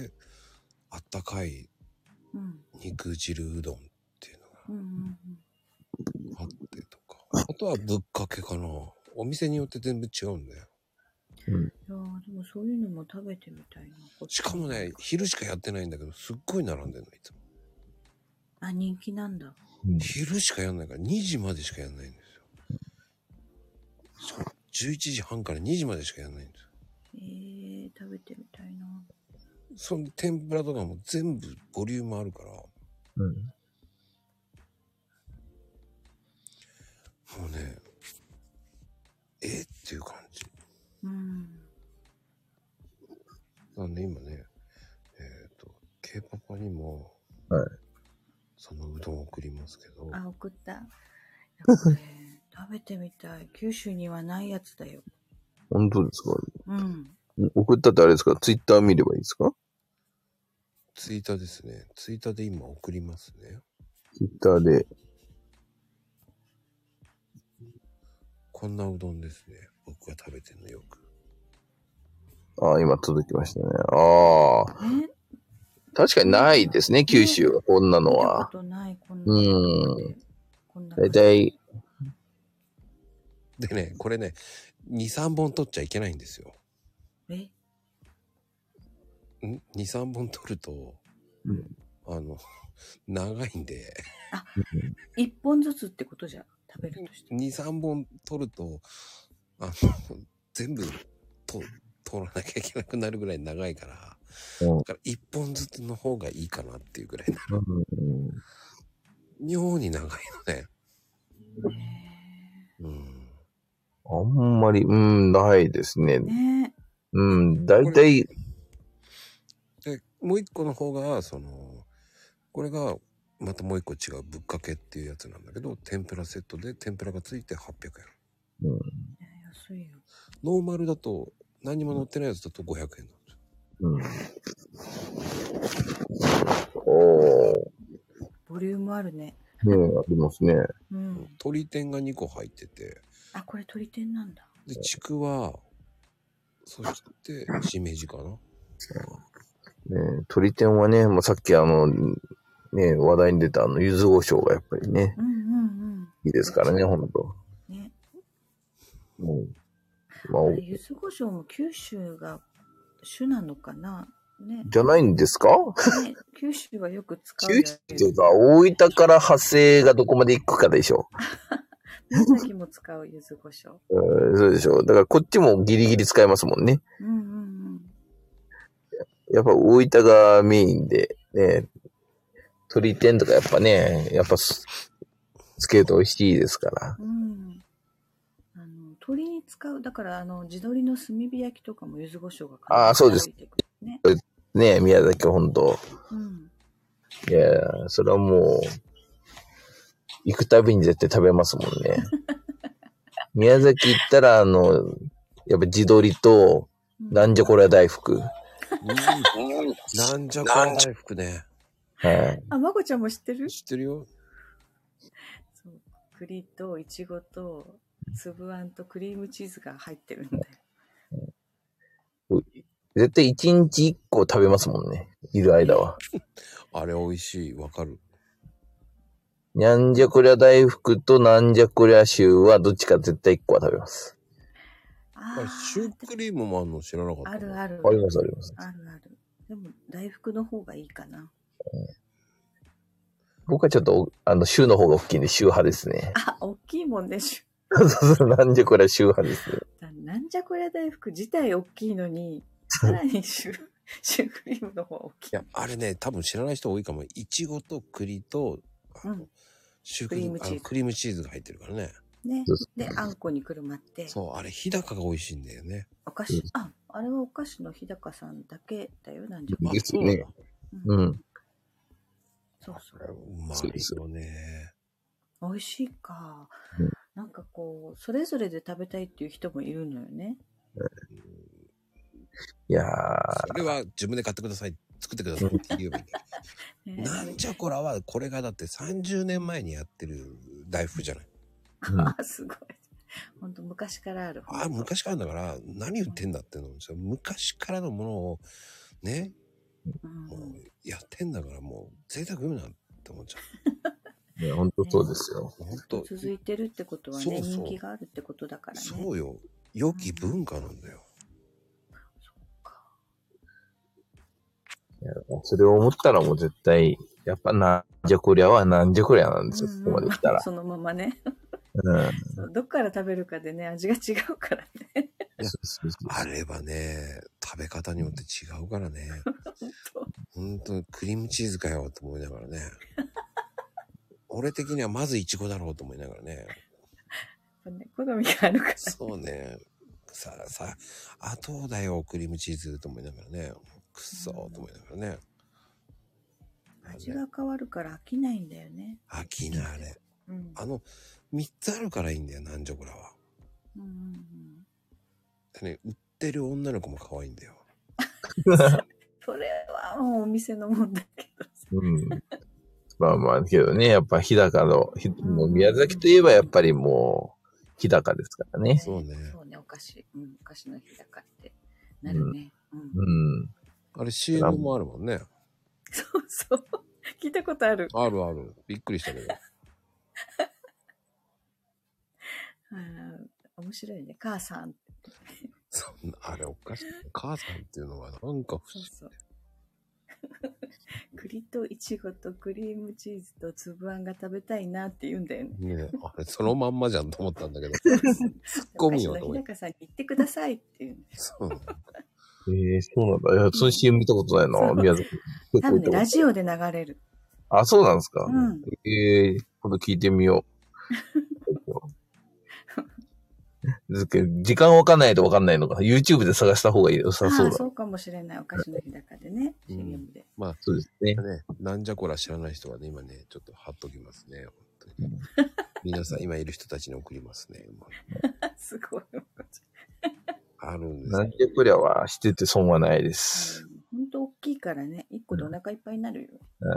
あったかい肉汁うどんっていうのがあってとか、あとはぶっかけかな。お店によって全部違うんだよ。 うん、いやでもそういうのも食べてみたいな。 しかもね、昼しかやってないんだけど、すっごい並んでるのいつも。 あ、人気なんだ。 昼しかやんないからにじまでしかやんないんですよ。じゅういちじはんからにじまでしかやんないんですよ。 えー、食べてみたいな。 その天ぷらとかも全部ボリュームあるから、うん、もうね、えっていう感じ。うん。なんで今ね、えっと、K パパにも、はい、そのうどんを送りますけど。 あ、送った。やっぱね、食べてみたい。九州にはないやつだよ。 本当ですか？ うん。 送ったってあれですか？ツイッター見ればいいですか？ ツイッターですね。ツイッターで今送りますね。 ツイッターで。 こんなうどんですね。僕が食べてるのよく。 ああ、今届きましたね。ああ。確かにないですね、九州は。こんなのは。 見たことない、こんなの。 うん。だいたい。 でね、これね、に、さんぼん取っちゃいけないんですよ。 えん ?に、さんぼん取ると、うん、あの、長いんで。 あ、いっぽんずつってことじゃ、食べるとして。 に、さんぼん取ると、あの、全部と取らなきゃいけなくなるぐらい長いから、うん、だからいっぽんずつの方がいいかなっていうぐらいなの。うん、妙に長いのね。 うん。あんまり、うん、ないですね。 ねうん、だいたい。 で、もう一個の方が、その、これが、またもう一個違うぶっかけっていうやつなんだけど、天ぷらセットで天ぷらがついてはっぴゃくえん。うん。 安いよ。 ノーマルだと、何も乗ってないやつだとごひゃくえんなんですよ。 うん。おー。 ボリュームあるね。 ねえ、ありますね。 うん。鶏天がにこ入ってて。 あ、これ鶏天なんだ。 で、ちくわ、そして、しめじかな。ねえ、鶏天はね、もうさっきあの、ね、話題に出たあの、柚子胡椒がやっぱりね、 うんうんうん、 いいですからね、ほんと。ね。 うん。まあ、柚子胡椒も九州が主なのかなね。 じゃないんですか？ ね、九州はよく使う九州っていうか、大分から派生がどこまで行くかでしょ。 宮崎も使う柚子胡椒。 うん、そうでしょ。だからこっちもギリギリ使えますもんね。 うんうんうん。 やっぱ大分がメインで、ね、鶏天とかやっぱね、やっぱつけると美味しいですから。 うん。あの、鶏に使う、だからあの、地鶏の炭火焼きとかも柚子胡椒がああ、そうです。ね、ね宮崎はほんと。うん。いや、それはもう、行くたびに絶対食べますもんね。宮崎行ったら、あの、やっぱ地鶏と、なんじゃこりゃ大福。うん、 なんじゃこりゃ大福ね。 はい。 あ、まこちゃんも知ってる？ 知ってるよ。 そう。栗といちごと粒あんとクリームチーズが入ってるんだよ。 絶対いちにちいっこ食べますもんね。いる間は。 あれ美味しい。わかる。 にゃんじゃこりゃ大福となんじゃこりゃシューはどっちか絶対いっこは食べます。 あれ、シュークリームもあるの知らなかった。 あるある。 ありますあります。 あるある。でも、大福の方がいいかな。うん、 僕はちょっと、あの、シューの方が大きいんで、シュー派ですね。 あ、大きいもんね、シュー。そうそう、なんじゃこりゃシュー派ですね。 なんじゃこりゃ大福自体大きいのに、さらにシュー、シュークリームの方が大きい。 いや、あれね、多分知らない人多いかも。いちごと栗と、 うん、 シュークリーム、クリームチーズ。クリームチーズが入ってるからね。 ね。で、あんこにくるまって。 そう、あれ、日高が美味しいんだよね。 お菓子、あ、あれはお菓子の日高さんだけだよ、なんじゃこりゃ。ですね。うん。 そうそう。 うまいよね。 美味しいか。うん、なんかこう、それぞれで食べたいっていう人もいるのよね。 いやー。 それは自分で買ってください。作ってくださいって言うべき。ね、なんじゃこらは、これがだってさんじゅうねんまえにやってる大福じゃない。 あ、すごい。本当昔からある。 あ、昔からだから、何言ってんだっての、うん、昔からのものを、ね、うん、もうやってんだから、もう贅沢言うなって思っちゃう。いや、本当そうですよ。 ね、本当続いてるってことはね、そうそう人気があるってことだからね。 そうよ。良き文化なんだよ。 うん、そうか。 いや、それを思ったらもう絶対、やっぱなんじゃこりゃはなんじゃこりゃなんですよ、うんうん、ここまで来たら。 そのままね。 うん、 どっから食べるかでね、味が違うからね。 あればね、食べ方によって違うからね。本当にクリームチーズかよと思いながらね。俺的にはまずイチゴだろうと思いながらね。 ね、好みがあるから、ね。 そうね。さあさあ、あとだよ、クリームチーズと思いながらね。くっそーと思いながらね。 味が変わるから飽きないんだよね。 飽きないあれ。うん、あの、みっつあるからいいんだよ、なんじゃこらは。うんうんうん。でね、売ってる女の子も可愛いんだよ。 それはもうお店のもんだけどさ。うん。 まあまあ、けどね、やっぱ日高の、もう宮崎といえばやっぱりもう、日高ですからね。 そうね。 そうね、お菓子、うん、お菓子の日高ってなるね。 うん。うん、 あれ シーエム もあるもんね。 そうそう。聞いたことある。 あるある。びっくりしたけど。 あ面白いね。母さん。 そんな、あれおかしい。母さんっていうのはなんか不思議。そうそう栗とイチゴとクリームチーズと粒あんが食べたいなって言うんだよね。 ねえ、あれそのまんまじゃんと思ったんだけど。ツッコミよと思って。 日高さんに言ってくださいっていう。 そうなんだ。ええー、そうなんだ。いや、その シーエム 見たことないな、宮崎。 多分ね、ラジオで流れる。 あ、そうなんですか。 うん、 ええー、今度聞いてみよう。時間わかんないとわかんないのか。YouTube で探した方がいい良さそうだ。 ああ、そうかもしれない。お菓子の日高でね。 うん、 シーエム で。 まあ、そうですね。 ね、なんじゃこら知らない人はね、今ね、ちょっと貼っときますね。本当に皆さん、今いる人たちに送りますね。 すごい。 あるんです。 なんじゃこりゃはしてて損はないです。 ほんと大きいからね。一個でお腹いっぱいになるよ。 うん、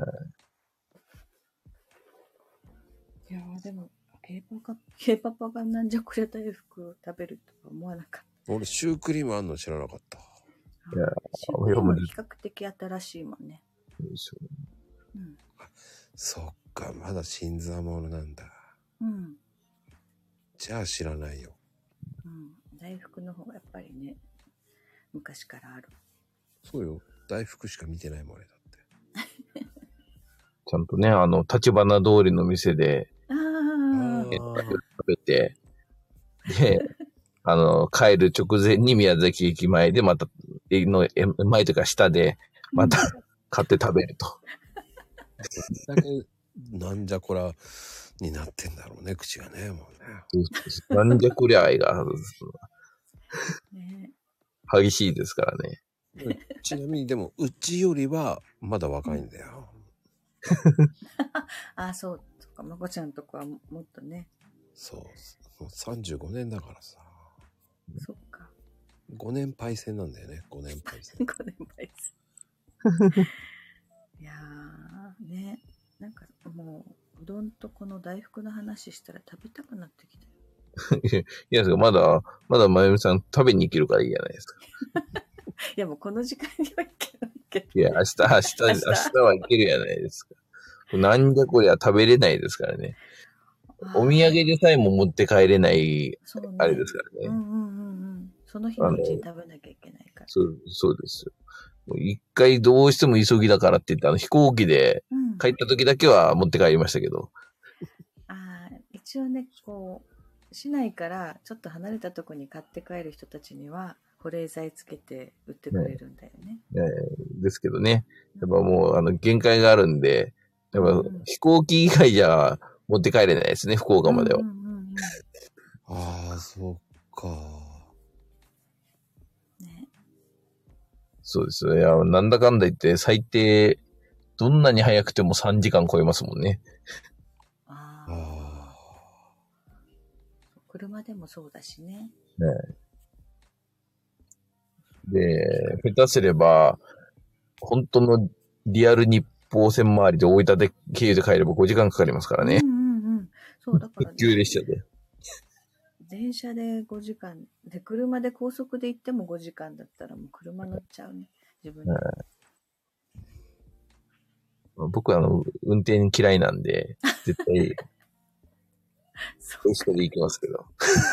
いやー、でも、K パパ、K パパがなんじゃこりゃ大福を食べるとか思わなかった。 俺、シュークリームあんの知らなかった。 いや、 シュークリームは比較的新しいもんね。 そううん、 そっか、まだ新参者なんだ。 うん。 じゃあ知らないよ。 うん。大福の方がやっぱりね、昔からある。 そうよ。大福しか見てないもん、俺だって。 ちゃんとね、あの、立花通りの店で、 ああ。 食べて、で、あの、帰る直前に宮崎駅前でまた、の前というか下で、また買って食べると。 だけなんじゃこらになってんだろうね、口がね、もうね。なんじゃこりゃ愛が、 ね、 激しいですからね。 ちなみにでも、うちよりはまだ若いんだよ。 ああ、そう。そっか、まこちゃんとこはもっとね。 そう。もうさんじゅうごねんだからさ。 そっか。 ごねんパイセンなんだよね。ごねんパイセン。 ごねんパイセン。いやー、ね。なんかもう、うどんとこの大福の話したら食べたくなってきたよ。 いや、まだ、まだまゆみさん食べに行けるからいいじゃないですか。 いや、もうこの時間には行けないけど。 いや、明日、明日、明日は行けるじゃないですか。 なんじゃこりゃ食べれないですからね。お土産でさえも持って帰れない、 そうね、 あれですからね。 うんうんうんうん。その日のうちに食べなきゃいけないから。 そう、そうですよ。もう一回どうしても急ぎだからって言って、あの飛行機で帰った時だけは持って帰りましたけど。 うん、ああ、一応ね、こう、市内からちょっと離れたところに買って帰る人たちには、保冷剤つけて売ってくれるんだよね。 ねえー、ですけどね。やっぱもう、あの、限界があるんで、やっぱ飛行機以外じゃ持って帰れないですね、福岡までは。うんうんうんうん、 ああ、そっか。 ね。そうですよ。いや、なんだかんだ言って最低、どんなに早くてもさんじかん超えますもんね。 ああ。車でもそうだしね。 ねえ。で、下手すれば、本当のリアル日報線周りで大分で経由で帰ればごじかんかかりますからね。 うんうんうん。そうだからね。 特急列車で。 電車でごじかん。で、車で高速で行ってもごじかんだったらもう車乗っちゃうね。自分で。 うん、僕はあの、運転嫌いなんで、絶対、そうそれで行きますけど。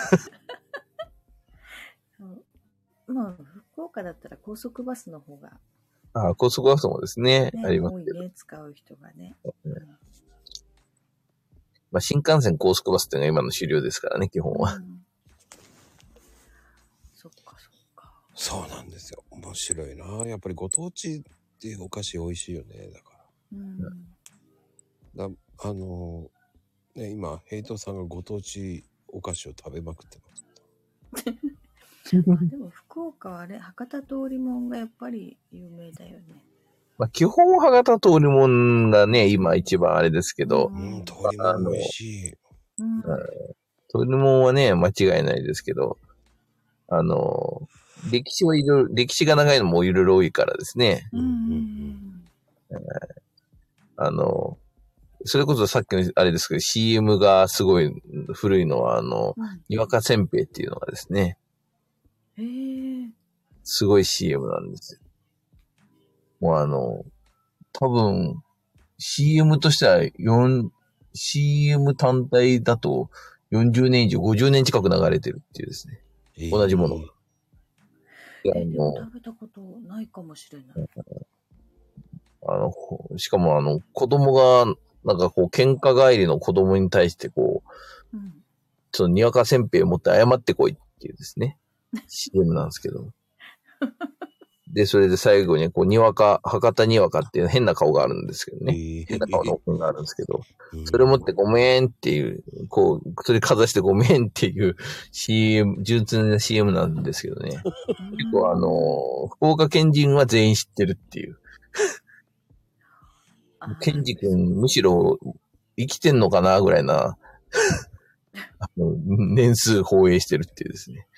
まあ、福岡だったら高速バスの方が。 ああ、高速バスもですね、ねありますけど。 多いね、使う人がね。 うん、まあ、新幹線高速バスっていうのが今の主流ですからね、基本は。うん、 そっかそっか。 そうなんですよ。面白いな。やっぱりご当地っていうお菓子美味しいよね、だから。うん、だあのね、今、ヘイトさんがご当地お菓子を食べまくってます。 まあでも福岡はあれ、博多通りもんがやっぱり有名だよね。 まあ基本博多通りもんがね、今一番あれですけど。 うん、通りもん美味しい。 うん、通りもんはね、間違いないですけど、あの、歴史はいろいろ、歴史が長いのもいろいろ多いからですね。うんうんうんえー、あの、それこそさっきのあれですけど、シーエム がすごい古いのは、あの、うん、にわかせんべいっていうのがですね。 へー。 すごい シーエム なんですよ。もうあの、多分、シーエム としては、4、シーエム 単体だとよんじゅうねん以上、ごじゅうねん近く流れてるっていうですね。えー、同じものが。 えー、でも食べたことないかもしれない。 あの、しかもあの、子供が、なんかこう、喧嘩帰りの子供に対してこう、うん、ちょっとにわかせんべいを持って謝ってこいっていうですね、シーエム なんですけど。で、それで最後にこう、にわか、博多にわかっていう変な顔があるんですけどね。えー、変な顔の本があるんですけど、えー、それを持ってごめんっていう、こう、それかざしてごめんっていう シーエム、純粋な シーエム なんですけどね。結構あの、福岡県人は全員知ってるっていう。ケンジ君、むしろ生きてんのかなぐらいなあの年数放映してるっていうですね。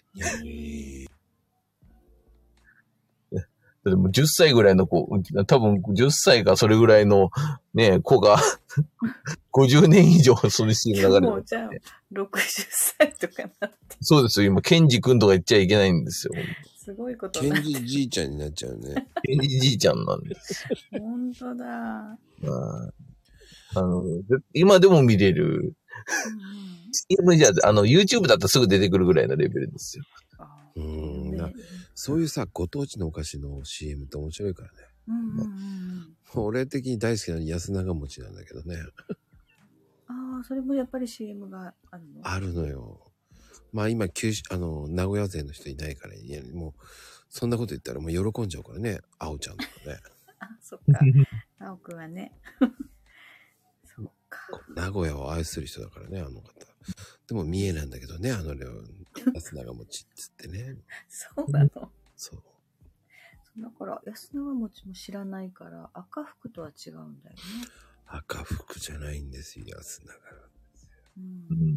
でもじゅっさいぐらいの子、多分じゅっさいかそれぐらいのね、子がごじゅうねん以上そのシーン流れてる、ね。 もうじゃあろくじゅっさいとかなって。 そうですよ。今、ケンジ君とか言っちゃいけないんですよ。 すごいことケンジじいちゃんになっちゃうね。 ケンジじいちゃんなんです。 本当だ。まああの今でも見れる。シーエム じゃ、あの、YouTube だったらすぐ出てくるぐらいのレベルですよ。 うんなそういうさ、ご当地のお菓子の シーエム って面白いからね。うんうんうん、俺的に大好きな安永餅なんだけどね。 ああ、それもやっぱり シーエム があるの？ あるのよ。まあ今、九州、あの、名古屋勢の人いないから、いや、もう、そんなこと言ったらもう喜んじゃうからね、あおちゃんとかね。 あ、そっか。あおくんはね。そっか。 名古屋を愛する人だからね、あの方。でも三重なんだけどね、あの量、安永餅っつってね。 そうなの？ そう。 だから安永餅も知らないから赤福とは違うんだよね。 赤福じゃないんですよ、安永なんですよ。うん、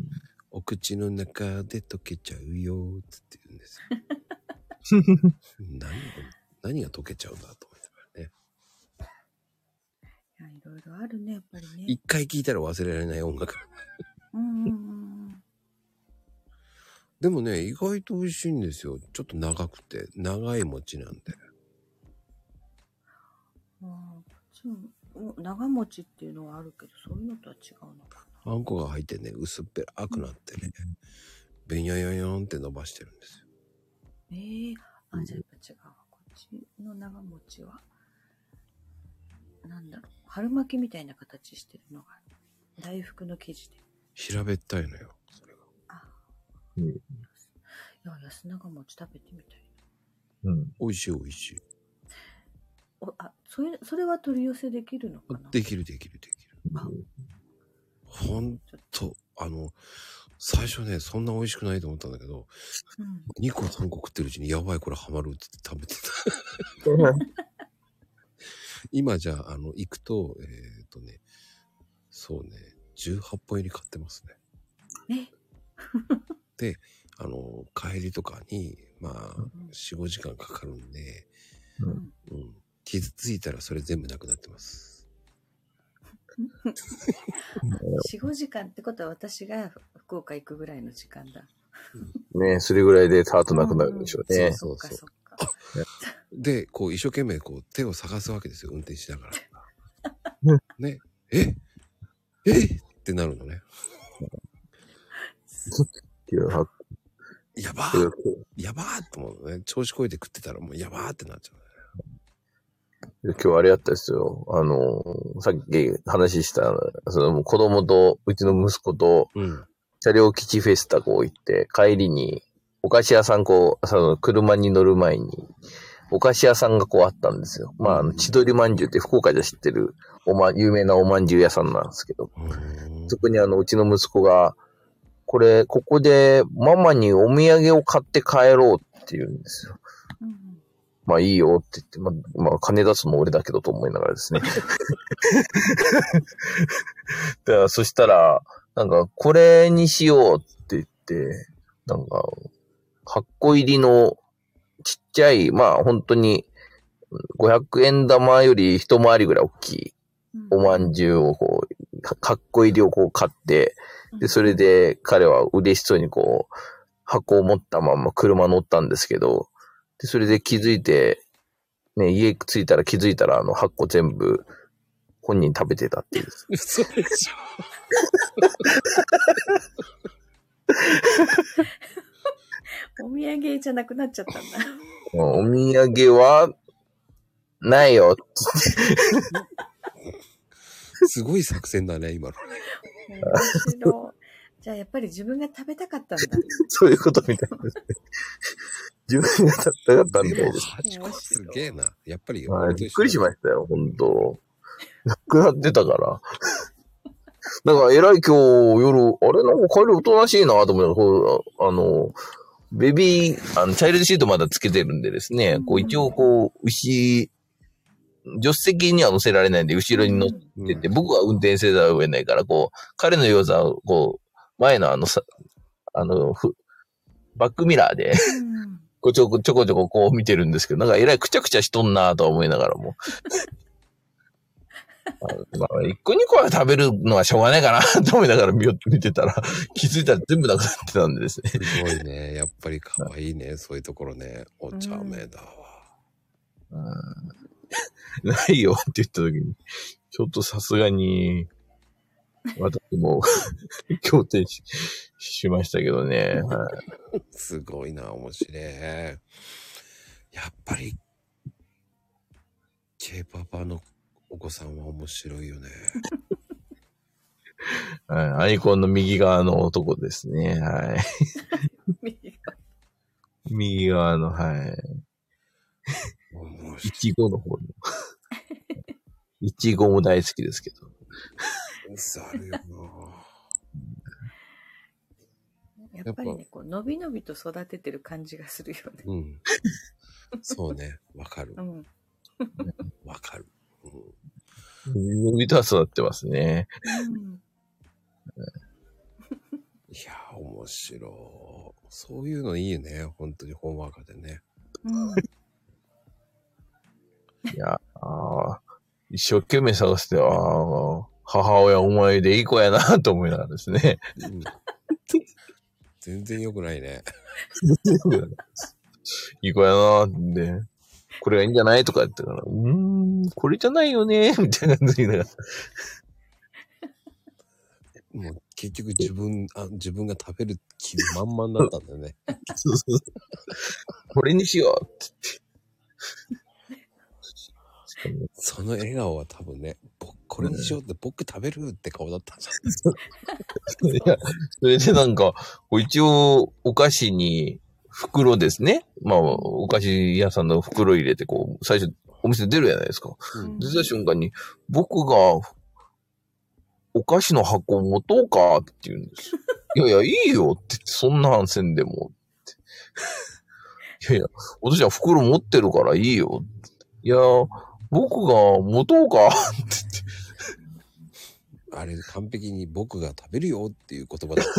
お口の中で溶けちゃうよーつって言うんですよ。何が何が溶けちゃうんだと思いながらね。 いや、いろいろあるね、やっぱりね。 一回聴いたら忘れられない音楽。 うんうんうん。 でもね、意外と美味しいんですよ。ちょっと長くて長い餅なんで。 ああ、こっちも長持ちっていうのはあるけど、そういうのとは違うのかあんこが入ってね、薄っぺらくなってね、べんやややんって伸ばしてるんですよ。 な。ええー、あ、じゃあやっぱ違う。こっちの長持ちは、なんだろう、春巻きみたいな形してるのが、大福の生地で。 平べったいのよ、それが。 あ、 うん。 いや、安長餅食べてみたい。 うん。 美味しい美味しい。 お、あ、それ、それは取り寄せできるのかな？ できるできるできる。 あ、 ほんと、あの、最初ね、そんな美味しくないと思ったんだけど、 うん、 にこさんこ食ってるうちに、やばい、これハマるって食べてた。今じゃあ、あの、行くと、えっ、ー、とね、そうね、じゅうはっぽん入り買ってますね。 えで、あの、帰りとかに、まあ、よん、ごじかんかかるんで、 うん。 うん、気づいたらそれ全部なくなってます。 よん、ごじかんってことは私が福岡行くぐらいの時間だ。 ね、それぐらいでタートなくなるでしょうね。 そうそうそう。で、こう一生懸命こう手を探すわけですよ、運転しながら。ね、ええってなるのね。やばーやばーって思うのね。調子こいて食ってたらもうやばーってなっちゃう、 ね。今日あれやったですよ。あの、さっき話した、その子供と、うちの息子と、車両基地フェスタこう行って、帰りに、お菓子屋さんこう、その車に乗る前に、お菓子屋さんがこうあったんですよ。まあ、あの千鳥まんじゅうって福岡で知ってる、おま、有名なおまんじゅう屋さんなんですけど、そこにあの、うちの息子が、これ、ここでママにお土産を買って帰ろうって言うんですよ。うん、まあいいよって言って、まあ、まあ金出すのも俺だけどと思いながらですね。だからそしたら、なんかこれにしようって言って、なんか、はっこ入りのちっちゃい、まあ本当にごひゃくえん玉より一回りぐらい大きいおまんじゅうをこう、はっこ入りをこう買って、で、それで彼は嬉しそうにこう、箱を持ったまま車乗ったんですけど、で、それで気づいて、ね、家着いたら気づいたらあの箱全部本人食べてたっていう。 嘘でしょ。お土産じゃなくなっちゃったんだ。 お土産は、ないよって。 すごい作戦だね、今のね。 面白い。じゃあやっぱり自分が食べたかったんだ。 そういうことみたいですね。自分が食べたかったんだよ。 はちこすげえな。やっぱり。 びっくりしましたよ、ほんと。なくなってたから。なんか、偉い今日夜、あれなんか帰りおとなしいなと思って、あの、ベビー、あの、チャイルドシートまだつけてるんでですね、こう一応こう、牛、助手席には乗せられないんで、後ろに乗ってて、うん、僕は運転せざるを得ないから、こう、彼の用座を、こう、前のあの、さ、あの、ふ、バックミラーで、こうちょこちょこちょここう見てるんですけど、なんかえらいくちゃくちゃしとんなぁと思いながらも。まあ、一個二個は食べるのはしょうがないかなと思いながら見てたら、気づいたら全部なくなってたんでですね。 すごいね。やっぱり可愛いね。そういうところね。お茶目だわ。 うん、ないよって言った時に、ちょっとさすがに、私も協定 し, しましたけどね。はい、 すごいな、面白い。やっぱり、K パパのお子さんは面白いよね。 はい、アイコンの右側の男ですね。はい。右側の、はい。いちごの方の。いちごも大好きですけど。 あるよな。 やっぱりね、こう、のびのびと育ててる感じがするよね。 うん。そうね、わかる。うん。わかる。 うん。のびとは育ってますね。うん、 いや、面白い。そういうのいいね。本当にほんわかでね。うん、 いや、あ一生懸命探して、ああ、母親お前でいい子やなと思いながらですね。うん、 全然良くないね。 全然良くない。いい子やなって、これがいいんじゃないとか言ってから、うーん。 ん、これじゃないよね、みたいな感じで言いながら。 もう結局自分、あ、自分が食べる気満々だったんだよね。 そうそうそう。これにしようって言って。 その笑顔は多分ね、僕、これにしようって僕食べるって顔だったんじゃないいや、それでなんか、一応、お菓子に、袋ですね。まあ、お菓子屋さんの袋入れて、こう、最初、お店出るじゃないですか。 うん、 出た瞬間に、僕が、お菓子の箱を持とうかって言うんです。いやいや、いいよって言って、そんなせんでもって。いやいや、私は袋持ってるからいいよって。いや、僕が持とうかって言って。 あれ、完璧に僕が食べるよっていう言葉だった。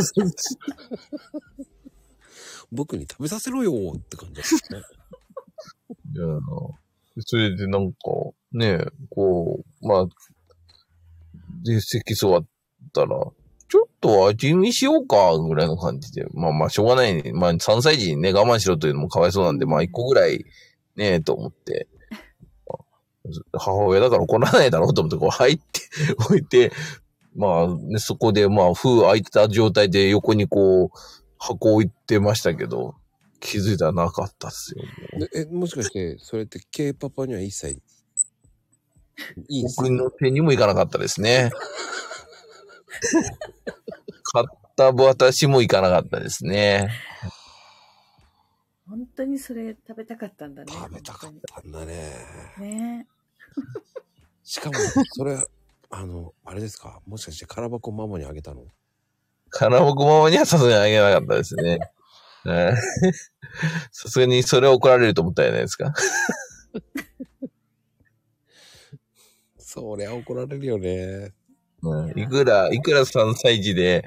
僕に食べさせろよって感じだったね。 いや、それでなんか、ね、こう、まあ、で、席座ったら、ちょっと味見しようか、ぐらいの感じで。まあまあ、しょうがないね。まあ、さんさい児にね、我慢しろというのもかわいそうなんで、まあ、いっこぐらい、ね、と思って。母親だから怒らないだろうと思って、こう入っておいて、まあ、ね、そこで、まあ、封開いてた状態で横にこう、箱置いてましたけど、気づいたらなかったっすよ。 でえ、もしかして、それって K パパには一切、いい僕の手にもいかなかったですね。買った私もいかなかったですね。 本当にそれ食べたかったんだね。 食べたかったんだね。 ね。 しかも、それ、あの、あれですか、もしかして空箱ママにあげたの？ 空箱ママにはさすがにあげなかったですね。さすがにそれは怒られると思ったじゃないですか。 そりゃ怒られるよね。 うん、いくら、いくらさんさい児で、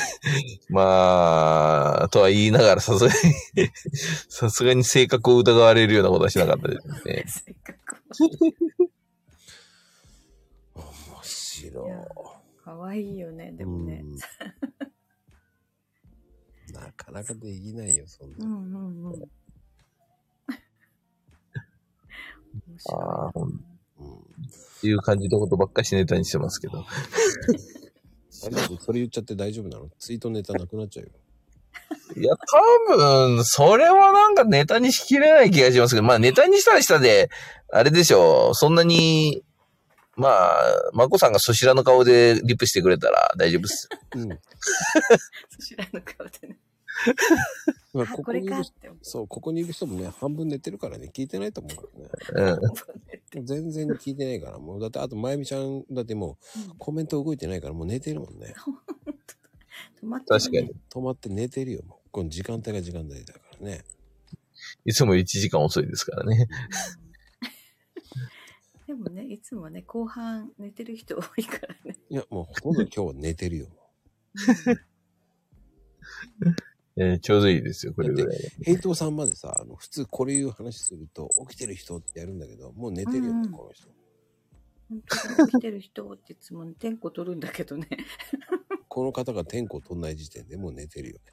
まあ、とは言いながらさすがに、さすがに性格を疑われるようなことはしなかったですね。 性格面白い。 かわいいよね、でもね。 なかなかできないよ、そんな。 うんうんうん。面白いな。 ああ、うんっていう感じのことばっかしネタにしてますけど。 あれだとそれ言っちゃって大丈夫なの？ツイートネタなくなっちゃうよ。 いや、多分、それはなんかネタにしきれない気がしますけど、まあネタにしたらしたで、あれでしょう、そんなに、まあ、まこさんがそしらの顔でリップしてくれたら大丈夫っす。 うん。 そしらの顔でね。 まあ、 あ、これここにいるかって思う。 そう、ここにいる人もね、半分寝てるからね、聞いてないと思うからね。 うん。 全然聞いてないから、もう、だって、あと、まゆみちゃん、だってもう、コメント動いてないから、もう寝てるもんね。 止まってるね。 確かに。 止まって寝てるよ、もう。この時間帯が時間帯だからね。 いつもいちじかん遅いですからね。 でもね、いつもね、後半寝てる人多いからね。 いや、もうほとんど今日は寝てるよ。 えー、ちょうどいいですよ、これぐらい。 ヘイトさんまでさ、あの、普通これいう話すると、起きてる人ってやるんだけど、もう寝てるよね、うん、この人。 本当だ、起きてる人っていつも点呼取るんだけどね。 この方が点呼取んない時点でもう寝てるよね。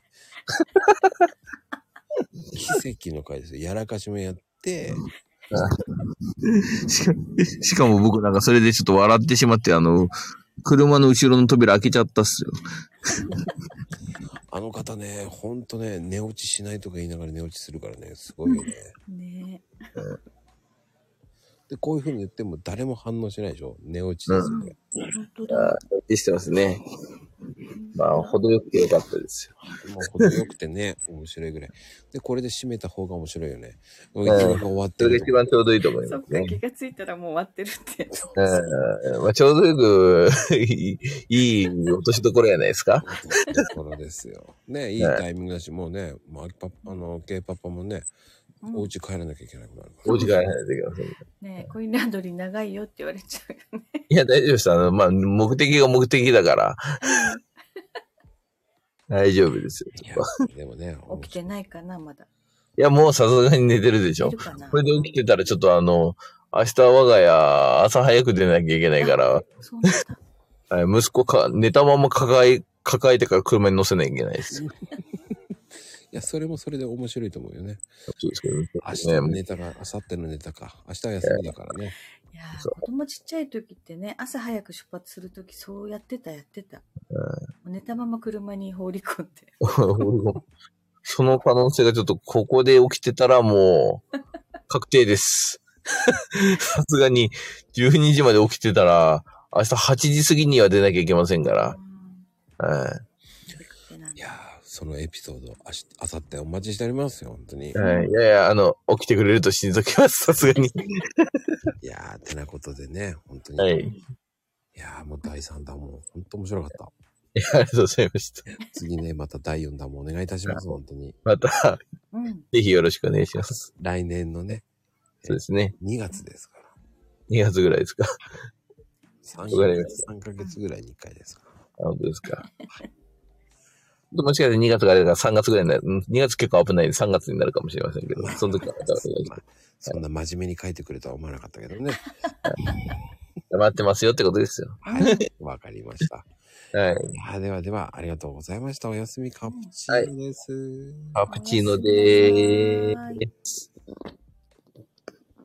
奇跡の回ですよ。やらかしもやって、 しか、しかも僕なんかそれでちょっと笑ってしまって、あの、車の後ろの扉開けちゃったっすよ。 あの方ね、ほんとね、寝落ちしないとか言いながら寝落ちするからね、すごいよね。ねで、こういう風に言っても誰も反応しないでしょ？寝落ちですよね。 うん、本当だ。 寝落ちしてますね。まあ、程よくてよかったですよ。 もう程よくてね、面白いぐらい。で、これで締めた方が面白いよね。もう一番終わってる。 それが一番ちょうどいいと思いますね。 そっか、気がついたらもう終わってるって。 うん、まあ、ちょうどよくいい落としどころやないですか。 落としどころですよ。ね、いいタイミングだし、もうね、まあ、パあの、K パパもね、うん、お家帰らなきゃいけなくなるから。 お家帰らないといけません。 ねえ、コインランドリー長いよって言われちゃうよね。 いや、大丈夫です。あの、まあ、目的が目的だから。大丈夫ですよ。 いや、でもね。 起きてないかな、まだ。 いや、もうさすがに寝てるでしょ。これで起きてたらちょっとあの、明日我が家朝早く出なきゃいけないから。 そうなんだ。 息子か、寝たまま抱え、抱えてから車に乗せなきゃいけないですよ。 や、それもそれで面白いと思うよね。 そうですけどね。 明日のネタが、明後日のネタか。明日は休みだからね。 いやー、 そう子供ちっちゃい時ってね、朝早く出発する時そうやってた、やってた。 うんもう寝たまま車に放り込んで。 その可能性がちょっとここで起きてたらもう確定です。さすがにじゅうにじまで起きてたら明日はちじ過ぎには出なきゃいけませんから。はいいやー、そのエピソード、明日、明後日お待ちしておりますよ、本当に。 はい。いやいや、あの、起きてくれると信じときます、さすがに。 いやー、てなことでね、本当に。 はい。 いやー、もうだいさん弾も本当面白かった。 いや、ありがとうございました。 次ね、まただいよん弾もお願いいたします、本当に。 また、 うん。 ぜひよろしくお願いします。 来年のね、 そうですね。 にがつですから。 にがつぐらいですか。 さんわかりましたさんヶ月ぐらいにいっかいですから。 あ、本当ですか。もしかしてにがつがあれだからさんがつぐらいになる。うんにがつ結構危ないんでさんがつになるかもしれませんけど、その時はまたお願いします。 そんな真面目に書いてくれとは思わなかったけどね。 待ってますよってことですよ。 はい。わかりました。 はい。 いやではでは、ありがとうございました。おやすみカプチーノです。 カプチーノでーす。